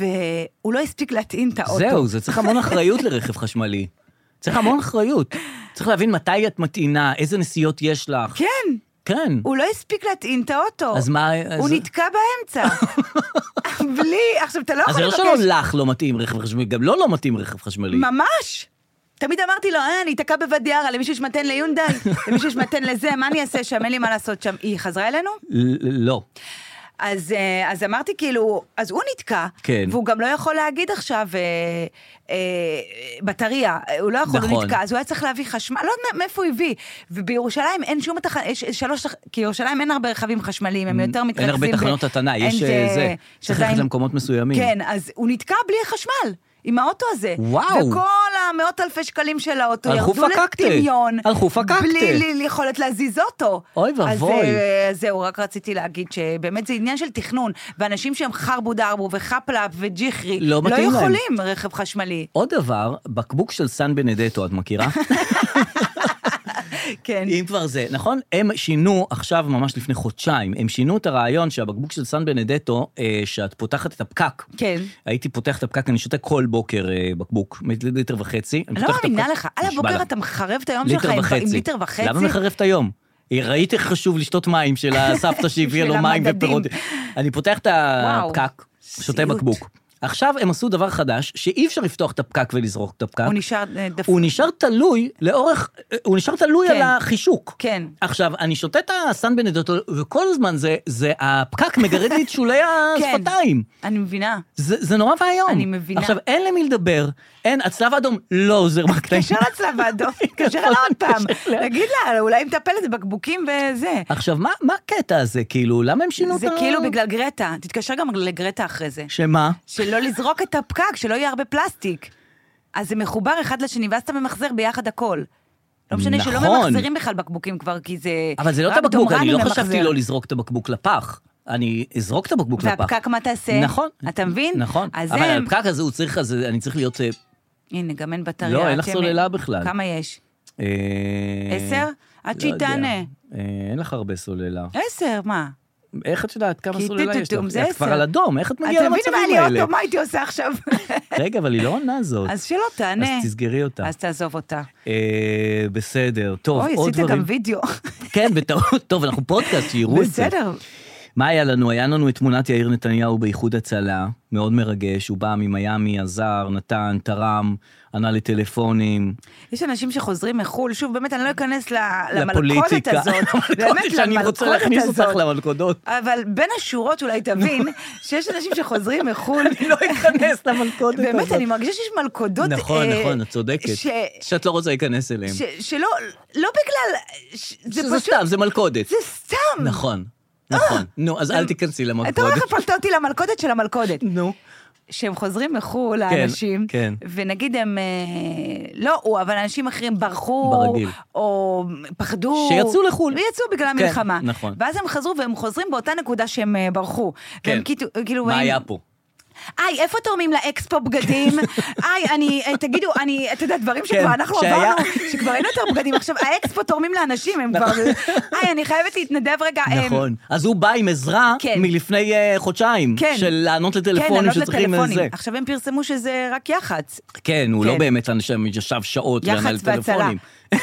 והוא לא הספיק להטעין את האוטו. זהו, זה צריך המון אחריות לרכב חשמלי. צריך המון אחריות. צריך להבין מתי את מטעינה, איזה נסיעות יש לך. כן. כן. הוא לא הספיק להטעין את האוטו. אז מה... הוא נתקע באמצע. בלי, עכשיו אתה לא יכול לבקש... אז זה לא שלא לך לא מתאים רכב חשמלי, גם לא מתאים רכב חשמלי. ממש. תמיד אמרתי לו, אני אתקע בוואדי-ערה, למישהו יש מתן ליונדאי, למישהו יש מתן לזה, מה אני אעשה שם, אין לי מה לעשות שם. היא חזרה אלינו? לא. אז אמרתי כאילו, אז הוא נתקע, כן. והוא גם לא יכול להגיד עכשיו בטריה, הוא לא יכול, הוא נתקע, אז הוא היה צריך להביא חשמל, לא יודע מאיפה הוא הביא, ובירושלים אין שום כי ירושלים אין הרבה רכבים חשמליים, הם יותר מתרכזים. אין הרבה תחנות התנה, יש זה, צריך ללכת למקומות מסוימים. כן, אז הוא נתקע בלי חשמל. עם האוטו הזה. וואו. וכל המאות אלפי שקלים של האוטו ירדו לטמיון. הלכו פקקטה. בלי יכולת להזיז אותו. אוי ואבוי. אז זהו, רק רציתי להגיד שבאמת זה עניין של תכנון, ואנשים שהם חרבו דרבו וחפלאפ וג'יחרי, לא יכולים רכב חשמלי. עוד דבר, בקבוק של סן בנדטו, את מכירה? כן. אם כבר זה, נכון? הם שינו עכשיו ממש לפני חודשיים, הם שינו את הרעיון שהבקבוק של סן בנדטו, שאת פותחת את הפקק. כן. הייתי פותח את הפקק, אני שותה כל בוקר בקבוק, ליטר וחצי. אני לא מאמינה לך, על הבוקר אתה מחרב את היום שלך עם ליטר וחצי? למה מחרב את היום? ראיתי איך חשוב לשתות מים של הסבתא שהביאה לו מים ופירות. אני פותח את הפקק, שותה בקבוק. עכשיו הם עשו דבר חדש, שאי אפשר לפתוח את הפקק ולזרוק את הפקק. הוא נשאר תלוי לאורך, הוא נשאר תלוי על החישוק. כן. עכשיו, אני שותה את הסן בנדטו, וכל הזמן זה הפקק מגרד לי את שולי השפתיים. אני מבינה. זה נורא והיום. אני מבינה. עכשיו, אין למי לדבר, הצלב האדום לא עוזר מהקטעים. קשר לצלב האדום, קשר לה עוד פעם. תגיד לה, אולי היא מטפלת בבקבוקים וזה. עכשיו, מה הקטע הזה? כאילו, למה הם שינו את זה כאילו בגלל גרטה. תתקשר גם לגרטה אחרי זה. שמה? שלא לזרוק את הפקק, שלא יהיה הרבה פלסטיק. אז זה מחובר אחד לשני, ואז אתה ממחזר ביחד הכל. לא משנה שלא ממחזרים בכלל בקבוקים כבר, כי זה... אבל זה לא את הבקבוק, אני לא חשבתי לא לזרוק את הבקבוק לפח. אני אזרוק את הבקבוק לפח. והפקק מה תעשה? נכון. אתה מבין? נכון. אבל הפקק הזה, אני צריך להיות... הנה, גם אין בטריה. לא, אין לך סוללה בכלל. כמה יש? 10? עד שהיא תענה. אין לך הרבה סוללה. 10, מה? איך את יודעת כמה סוללה יש לך? זה 10. את כבר על אדום, איך את מגיעה למצבים האלה? אתה מבין מה הייתי עושה עכשיו? רגע, אבל היא לא עונה זאת. אז שלא תענה. אז תסגרי אותה. אז תעזוב אותה. בסדר. טוב, עוד דברים. אוי, עשית גם וידאו. כן, טוב, אנחנו פודקאסט, שיראו את זה. בסדר. מה היה לנו? היה לנו את תמונת יאיר נתניהו באיחוד הצלה, מאוד מרגש, הוא בא ממיימי, עזר, נתן, תרם, ענה לטלפונים. יש אנשים שחוזרים מחול, שוב, באמת אני לא אכנס למלכודת הזאת. למלכודת שאני רוצה להכניס אותך למלכודות. אבל בין השורות אולי תבין, שיש אנשים שחוזרים מחול. אני לא אכנס למלכודת הזאת. באמת, אני מרגישה שיש מלכודות. נכון, את צודקת. שאת לא רוצה להיכנס אליהם. שלא, לא בגלל, זה סתם, זה מלכודת. זה סתם. נכון. נו, אז אל תיכנסי למלכודת. אתה הולך לפלט אותי למלכודת של המלכודת. נו. שהם חוזרים מחול, האנשים, ונגיד הם, לא, אבל אנשים אחרים ברחו, או פחדו. שיצאו לחול. ויצאו בגלל המלחמה. נכון. ואז הם חזרו, והם חוזרים באותה נקודה שהם ברחו. כן. מה היה פה? איפה תורמים לאקספו בגדים? תגידו, אתה יודע, דברים שכבר אנחנו עברנו, שכבר אין יותר בגדים. עכשיו, האקספו תורמים לאנשים, הם כבר... אני חייבת להתנדב רגע. נכון. אז הוא בא עם עזרה מלפני חודשיים, של לענות לטלפונים שצריכים לזה. עכשיו הם פרסמו שזה רק יח"צ. כן, הוא לא באמת אנשם ישב שעות וענה לטלפונים.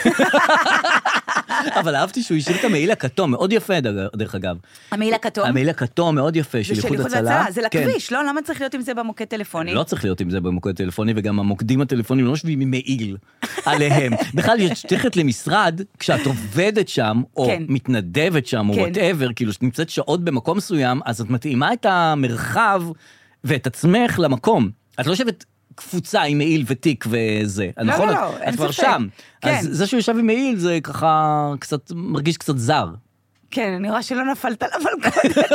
אבל אהבתי שהוא השאיר את המעיל הכתום, מאוד יפה דרך אגב. המעיל הכתום? המעיל הכתום מאוד יפה, של איחוד הצלה. זה לכביש, לא? למה צריך להיות עם זה במוקד טלפוני? לא צריך להיות עם זה במוקד טלפוני, וגם המוקדים הטלפונים לא שווים עם מעיל עליהם. בכלל, יש תכת למשרד, כשאת עובדת שם, או מתנדבת שם, או whatever, כאילו שאת נמצאת שעות במקום מסוים, אז את מתאימה את המרחב ואת עצמך למקום. את לא יושבת קפוצה עם מעיל ותיק וזה. לא, את כבר שם. אז זה שהוא יושב עם מעיל, זה ככה קצת, מרגיש קצת זר. כן, אני רואה שלא נפלת למלכודת.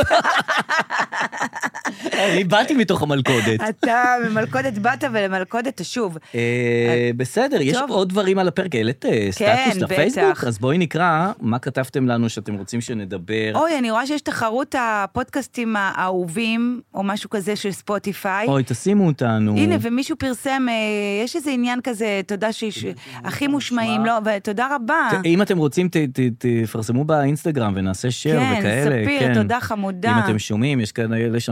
אני באתי מתוך המלכודת. אתה ממלכודת באת ולמלכודת תשוב. בסדר, יש עוד דברים על הפרק, העלית סטטוס לפייסבוק, אז בואי נקרא מה כתבתם לנו שאתם רוצים שנדבר. אוי, אני רואה שיש תחרות הפודקאסטים האהובים, או משהו כזה של ספוטיפיי. אוי, תשימו אותנו. הנה, ומישהו פרסם, יש איזה עניין כזה, תודה שהכי מושמעים, לא, ותודה רבה. אם אתם רוצים, תפרסמו באינסטגרם ונעשה שייר וכאלה. כן, ספיר, תודה חמודה. אם אתם שומעים, יש כאלה שאנחנו נמצאים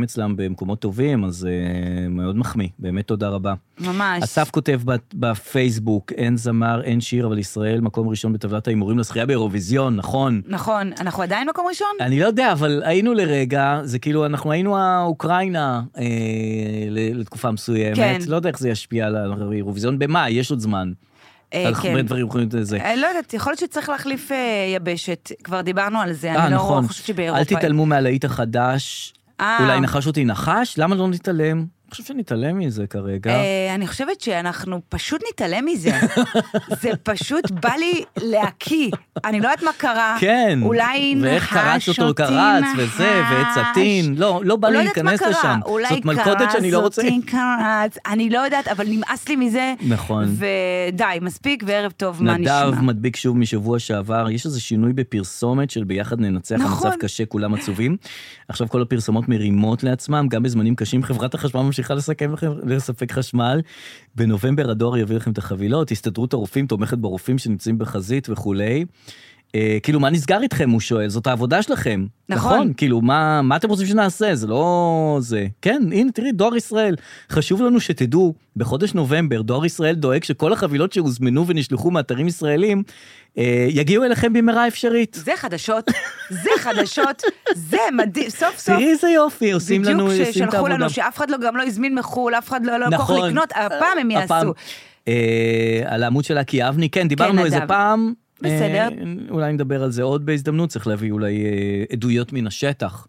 נמצאים אצלם במקומות טובים, אז מאוד מחמיא, באמת תודה רבה. ממש. אסף כותב בפייסבוק, אין זמר, אין שיר, אבל ישראל מקום ראשון בטבלת ההימורים לזכייה באירוויזיון, נכון? נכון, אנחנו עדיין מקום ראשון? אני לא יודע, אבל היינו לרגע, זה כאילו, אנחנו היינו האוקראינה לתקופה מסוימת, כן. לא יודע איך זה ישפיע על האירוויזיון, במה? יש עוד זמן. על הרבה דברים יכולים את זה. לא יודעת, יכול להיות שצריך להחליף יבשת, כבר דיברנו על זה, אני לא חושבת שבאירופה... אל תתעלמו מהלהיט החדש, אולי נחש אותי נחש, למה לא נתעלם? אני חושב שנתעלם מזה כרגע. אני חושבת שאנחנו פשוט נתעלם מזה. זה פשוט בא לי להקיא. אני לא יודעת מה קרה. כן. אולי ואיך קרץ אותו קרץ וזה, ועצתין. לא בא לי להיכנס לשם. זאת מלכודת שאני לא רוצה. אני לא יודעת, אבל נמאס לי מזה. נכון. ודי, מספיק וערב טוב, מה נשמע. נדב מדביק שוב משבוע שעבר. יש איזה שינוי בפרסומת של ביחד ננצח, המצב קשה, כולם עצובים. עכשיו כל הפרסומות מרימות לעצמם, גם בזמנים קשים חברת החשמל ממשיכה לספק חשמל. בנובמבר הדואר יביא לכם את החבילות, הסתדרות הרופאים תומכת ברופאים שנמצאים בחזית וכולי. כאילו, מה נסגר איתכם, הוא שואל? זאת העבודה שלכם. נכון. כאילו, מה אתם רוצים שנעשה? זה לא זה. כן, הנה, תראי, דואר ישראל. חשוב לנו שתדעו, בחודש נובמבר, דואר ישראל דואג שכל החבילות שהוזמנו ונשלחו מאתרים ישראלים, יגיעו אליכם במהרה אפשרית. זה חדשות, זה מדהים, סוף סוף. תראי איזה יופי, עושים לנו, בדיוק ששלחו לנו, שאף אחד גם לא הזמין מחול, אף אחד לא כוח לקנות, הפעם הם יעשו. על העמוד של הקי אבני, כן, דיברנו איזה פעם, בסדר. אולי נדבר על זה עוד בהזדמנות, צריך להביא אולי עדויות מן השטח.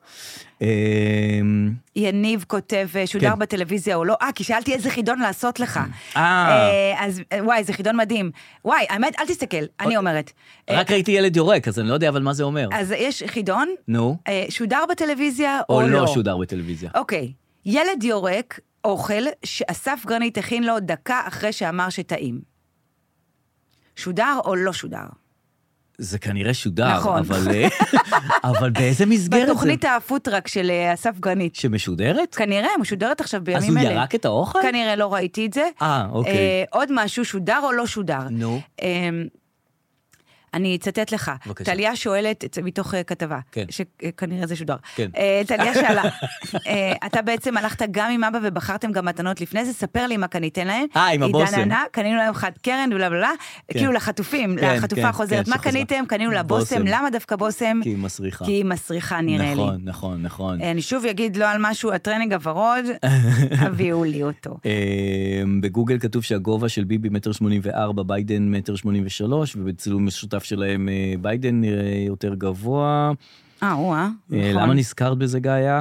יניב כותב שודר בטלוויזיה או לא, כי שאלתי איזה חידון לעשות לך. אז וואי, זה חידון מדהים. וואי, האמת, אל תסתכל, אני אומרת. רק ראיתי ילד יורק, אז אני לא יודע אבל מה זה אומר. אז יש חידון, שודר בטלוויזיה או לא. או לא שודר בטלוויזיה. אוקיי, ילד יורק אוכל שאסף גרנית הכין לו דקה אחרי שאמר שטעים. שודר או לא שודר? זה כנראה שודר, נכון. אבל באיזה מסגרת זה? בתוכנית הפוטרק של אסף גרנית. שמשודרת? כנראה, משודרת עכשיו בימים אז אלה. הוא ירק את האוכל? כנראה לא ראיתי את זה. אוקיי. עוד משהו, שודר או לא שודר? נו. אני אצטט לך. בבקשה. טליה שואלת, מתוך כתבה, כן. שכנראה זה שודר. כן. טליה שאלה, אתה בעצם הלכת גם עם אבא ובחרתם גם מתנות לפני זה, ספר לי מה קניתם להם. עם הבוסם. עידן ענה, קנינו להם חד קרן ובלה, כאילו לחטופים, לחטופה החוזרת. מה קניתם? קנינו לבוסם. למה דווקא בוסם? כי היא מסריחה. כי היא מסריחה נראה לי. נכון. אני שוב אגיד לא על משהו, הטרנינג הוורוד, הביאו לי אותו. בגוגל כתוב שהגובה של ביבי 1.84, ביידן 1.83, ובצילום משותף שלהם ביידן נראה יותר גבוה. נכון. למה נזכרת בזה גאיה?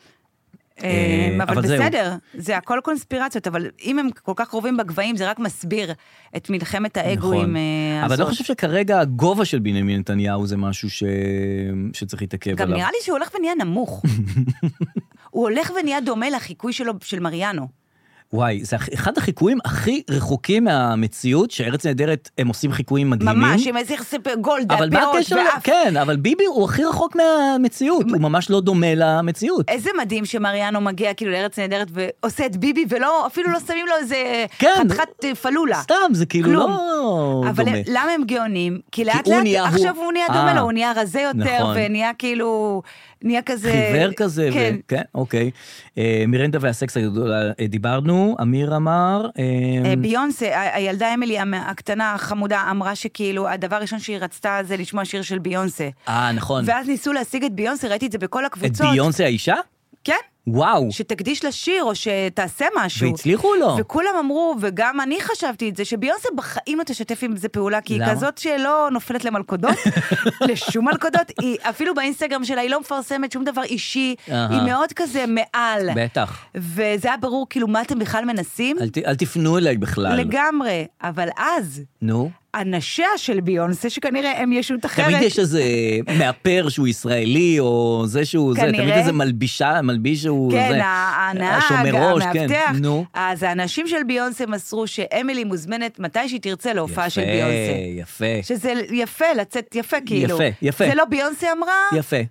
אבל בסדר, זה הכל קונספירציות, אבל אם הם כל כך קרובים בגבהים, זה רק מסביר את מלחמת האגואים. אבל אני לא חושב שכרגע הגובה של בנימין נתניהו זה משהו שצריך להתעכב עליו. גם נראה לי שהוא הולך ונהיה נמוך. הוא הולך ונהיה דומה לחיקוי שלו, של מריאנו. וואי, זה אחד החיקויים הכי רחוקים מהמציאות, שארץ נהדרת הם עושים חיקויים מדהימים. ממש, עם איזה גולדה, פירות ואף. כן, אבל ביבי הוא הכי רחוק מהמציאות, הוא ממש לא דומה למציאות. איזה מדהים שמריאנו מגיע כאילו לארץ נהדרת ועושה את ביבי, ואפילו לא שמים לו איזה חתיכת פלולה. סתם, זה כאילו לא דומה. אבל למה הם גאונים? כי לאט לאט, עכשיו הוא נהיה דומה לו, הוא נהיה רזה יותר, ונהיה כאילו... נהיה כזה... חיוור כזה, כן, אוקיי. מירנדה והסקס הגדולה דיברנו, אמיר אמר... ביונסה, הילדה אמילי הקטנה החמודה אמרה שכאילו הדבר הראשון שהיא רצתה זה לשמוע שיר של ביונסה. נכון. ואז ניסו להשיג את ביונסה, ראיתי את זה בכל הקבוצות. את ביונסה האישה? כן. וואו. שתקדיש לשיר או שתעשה משהו. והצליחו או לא? וכולם אמרו, וגם אני חשבתי את זה, שביונסה בחיים לא תשתף עם זה פעולה, כי היא כזאת שלא נופלת למלכודות, לשום מלכודות, אפילו באינסטגרם שלה היא לא מפרסמת שום דבר אישי, היא מאוד כזה מעל. בטח. וזה היה ברור כאילו מה אתם בכלל מנסים. אל תפנו אליי בכלל. לגמרי, אבל אז... נו. אנשיה של ביונסה, שכנראה הם ישות אחרת. תמיד יש איזה מאפר שהוא ישראלי, או זה שהוא זה, תמיד איזה מלביש שהוא כן, זה. הנהג, המאבטח. אז האנשים של ביונסה מסרו שאמילי מוזמנת מתי שהיא תרצה להופעה של ביונסה. יפה. שזה יפה, לצאת יפה כאילו. יפה. זה לא ביונסה אמרה? יפה.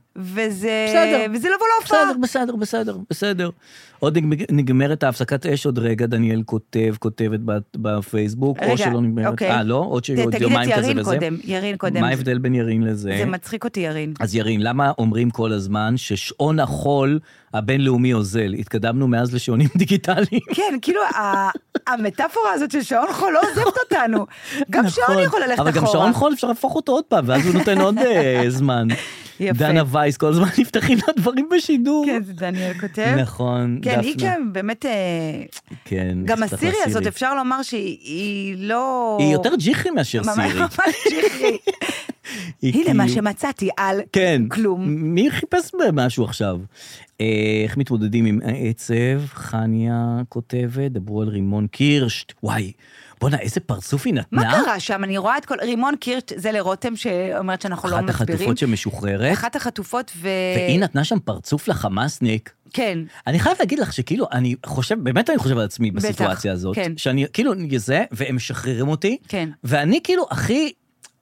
וזה לבוא להופעה. בסדר. עוד נגמרת ההפסקת אש עוד רגע, דניאל כותבת בפייסבוק, או שלא נגמרת, לא? עוד יומיים כזה וזה. ירין קודם. מה ההבדל בין ירין לזה? זה מצחיק אותי ירין. אז ירין, למה אומרים כל הזמן ששעון החול הבינלאומי אוזל? התקדמנו מאז לשעונים דיגיטליים. כן, כאילו המטאפורה הזאת של שעון חול לא עוזבת אותנו. גם שעון יכול ללכת אחורה. אבל גם שעון חול אפשר להפוך אותו עוד פעם, ואז הוא נותן עוד זמן. דנה וייס, כל הזמן נפתחים לה דברים בשידור. כן, זה דניאל כותב. נכון, דפנה. כן, היא גם באמת... גם הסירי הזאת, אפשר לומר שהיא לא... היא יותר ג'יחרי מאשר סירי. ממש ג'יחרי. הנה מה שמצאתי על כלום. מי חיפש במשהו עכשיו? איך מתמודדים עם עצב? חניה כותבת, דברו על רימון קירשט. וואי, בוא'נה, איזה פרצוף היא נתנה. מה קרה שם? אני רואה את כל... רימון קירשט זה לרותם שאומרת שאנחנו לא מסבירים. אחת החטופות שמשוחררת. אחת החטופות והיא נתנה שם פרצוף לחמאסניק. כן. אני חייב להגיד לך שכאילו, אני חושב, באמת אני חושב על עצמי בסיטואציה הזאת. כן. שאני כאילו זה, והם משחררים אותי. כן. ואני כאילו הכי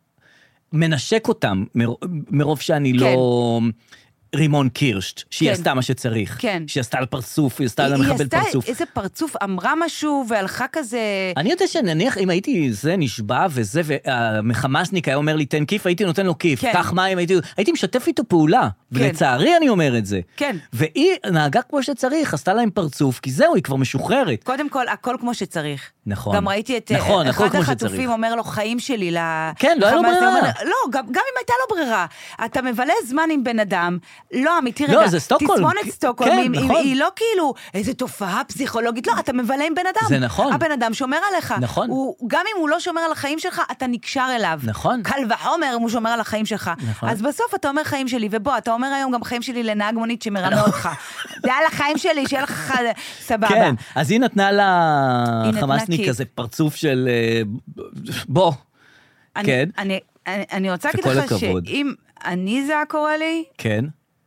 מנשק אותם, מרוב שאני לא... רימון קירשט, שהיא עשתה מה שצריך. כן. שהיא עשתה על פרצוף, היא עשתה על המחבל פרצוף. היא עשתה איזה פרצוף, אמרה משהו, והלכה כזה... אני יודע שנניח, אם הייתי זה נשבע וזה, והמחמאסניק היה אומר לי, תן כיף, הייתי נותן לו כיף. כך מים, הייתי משתף איתו פעולה. ולצערי אני אומר את זה. כן. והיא נהגה כמו שצריך, עשתה להם פרצוף, כי זהו, היא כבר משוחררת. קודם כל, הכל כמו שצריך. נכון. גם ראיתי את אחד החטופים אומר לו, חיים שלי כן, לא היה לו ברירה. לא, גם אם הייתה לו ברירה. אתה מבלה זמן עם בן אדם, לא, אמיתי רגע. לא, זה סטוקהולם. תסמונת סטוקהולם, היא לא כאילו איזו תופעה פסיכולוגית, לא, אתה מבלה עם בן אדם. זה נכון. הבן אדם שומר עליך. נכון. גם אם הוא לא שומר על החיים שלך, אתה נקשר אליו. נכון. קל וחומר אם הוא שומר על החיים שלך. נכון. אז בסוף אתה אומר חיים שלי, ובוא, אתה אומר היום גם חיים שלי לנהג מונית שמרמה אותך. זה על החיים שלי, שיהיה לך סבבה. כן, אז היא נתנה לחמאסניק כזה פרצוף של בוא. כן. אני רוצה להגיד לך שאם אני זה היה קורה לי, כן.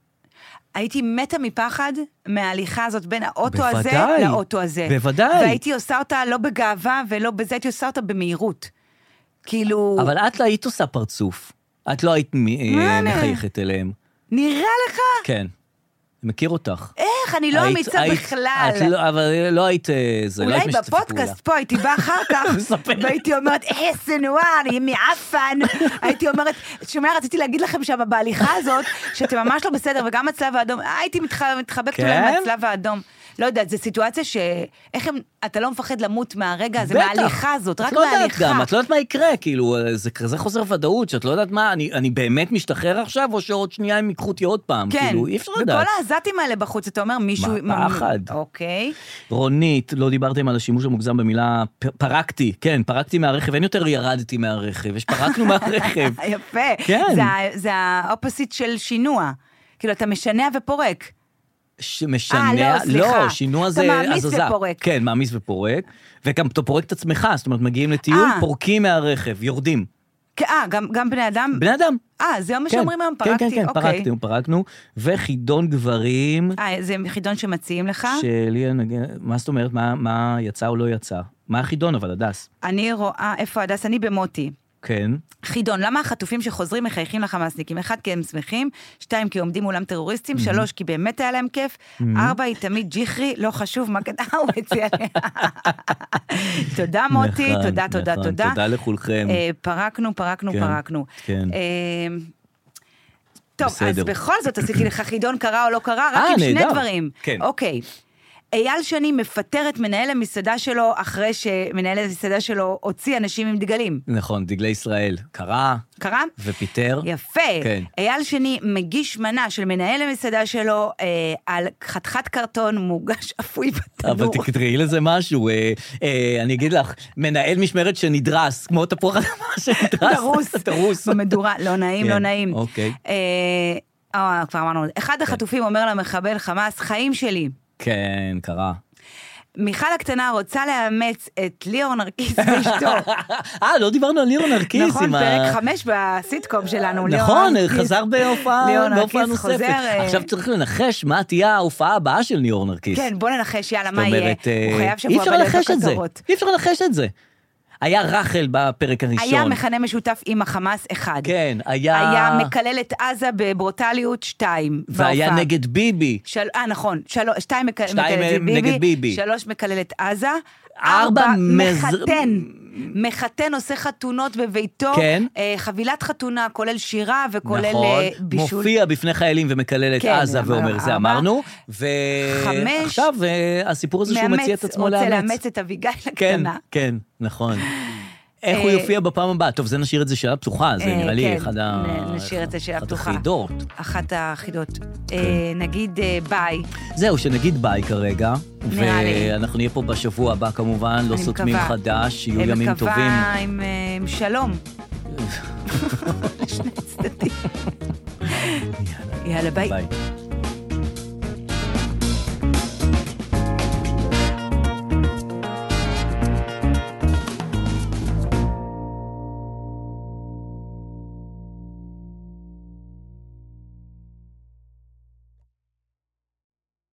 הייתי מתה מפחד מההליכה הזאת בין האוטו הזה לאוטו הזה. בוודאי. והייתי עושה אותה לא בגאווה ולא בזה, הייתי עושה אותה במהירות. כאילו... אבל את לא היית עושה פרצוף. את לא היית מחייכת אליהם. נראה לך? כן. מכיר אותך. איך? אני לא אמיצה בכלל. אבל לא היית... אולי בפודקאסט פה הייתי באה אחר כך, והייתי אומרת, סנואר, אני מעפן. הייתי אומרת, שומע, רציתי להגיד לכם שם בהליכה הזאת, שאתם ממש לא בסדר, וגם הצלב האדום, הייתי מתחבקת אולי מהצלב האדום. לא יודעת, זו סיטואציה איך אתה לא מפחד למות מהרגע הזה, מההליכה הזאת, רק מההליכה. את לא יודעת מה יקרה, כאילו, זה כזה חוזר ודאות, שאת לא יודעת מה, אני באמת משתחרר עכשיו, או שעוד שנייה הם ייקחו אותי עוד פעם, כאילו, אי אפשר לדעת. וכל העזתים האלה בחוץ, אתה אומר, מישהו... מה פחד? אוקיי. רונית, לא דיברתם על השימוש המוגזם במילה, פרקתי, כן, פרקתי מהרכב, אין יותר ירדתי מהרכב, יש פרקנו מהרכב. יפה. זה האופוסיט של שינוע. כאילו, אתה משנע ופורק. משנע, לא, שינוע זה הזזה. אתה מעמיס ופורק. כן, מעמיס ופורק, וגם אתה פורק את עצמך, זאת אומרת, מגיעים לטיול, פורקים מהרכב, יורדים. גם בני אדם? בני אדם. זה מה שאומרים היום, פרקתי, כן, פרקנו, וחידון גברים. זה חידון שמציעים לך? מה זאת אומרת, מה יצא או לא יצא? מה החידון אבל, הדס? אני רואה, איפה הדס? אני במותי. כן. חידון, למה החטופים שחוזרים מחייכים לחמאסניקים? 1, כי הם שמחים, 2, כי עומדים מולם טרוריסטים, 3, כי באמת היה להם כיף, 4, היא תמיד ג'יחרי, לא חשוב מה קטע, הוא מציע לי. תודה מוטי, תודה. תודה לכולכם. פרקנו. כן. טוב, אז בכל זאת עשיתי לך חידון קרה או לא קרה, רק עם שני דברים. אוקיי. אייל שני מפטר את מנהל המסעדה שלו, אחרי שמנהל המסעדה שלו הוציא אנשים עם דגלים. נכון, דגלי ישראל. קרה? ופיטר. יפה. כן. אייל שני מגיש מנה של מנהל המסעדה שלו, על חתיכת קרטון מוגש אפוי בתנור. אבל תקראי לזה משהו, אני אגיד לך, מנהל משמרת שנדרס, כמו תפוח אדמה שנדרס. דרוס. במדורה, לא נעים. אוקיי. כבר אמרנו, אחד החטופים אומר למחבל חמאס, חיים שלי. כן, קרה. מיכל הקטנה רוצה לאמץ את ליאור נרקיס ואשתו. לא דיברנו על ליאור נרקיס. נכון, פרק 5 בסיטקום שלנו. נכון, חזר בהופעה נוספת. עכשיו צריך לנחש מה תהיה ההופעה הבאה של ליאור נרקיס. כן, בוא ננחש, יאללה, מה יהיה? הוא חייב שבוע בלב בכותרות. אי אפשר לנחש את זה. היה רחל בפרק הראשון. היה מכנה משותף עם החמאס 1. כן, היה מקלל את עזה בברוטליות 2. והיה נגד ביבי. נכון, 2 נגד ביבי. 3 מקלל את עזה. 4 מחתן עושה חתונות בביתו, כן. חבילת חתונה, כולל שירה וכולל נכון, בישול. מופיע בפני חיילים ומקלל את עזה ואומר, זה אמרנו. 5. עכשיו הסיפור הזה שהוא מציע את עצמו לאמץ. רוצה לאמץ את אביגיל הקטנה. כן, נכון. איך הוא יופיע בפעם הבאה? טוב, זה נשאיר את זה שאלה פתוחה, זה נראה לי נשאיר את זה שאלה פתוחה. אחת החידות. נגיד ביי. זהו, שנגיד ביי כרגע. ואנחנו נהיה פה בשבוע הבא כמובן, לא סותמים חדש, יהיו ימים טובים. אני מקווה עם שלום. לשני צדדים. יאללה, ביי.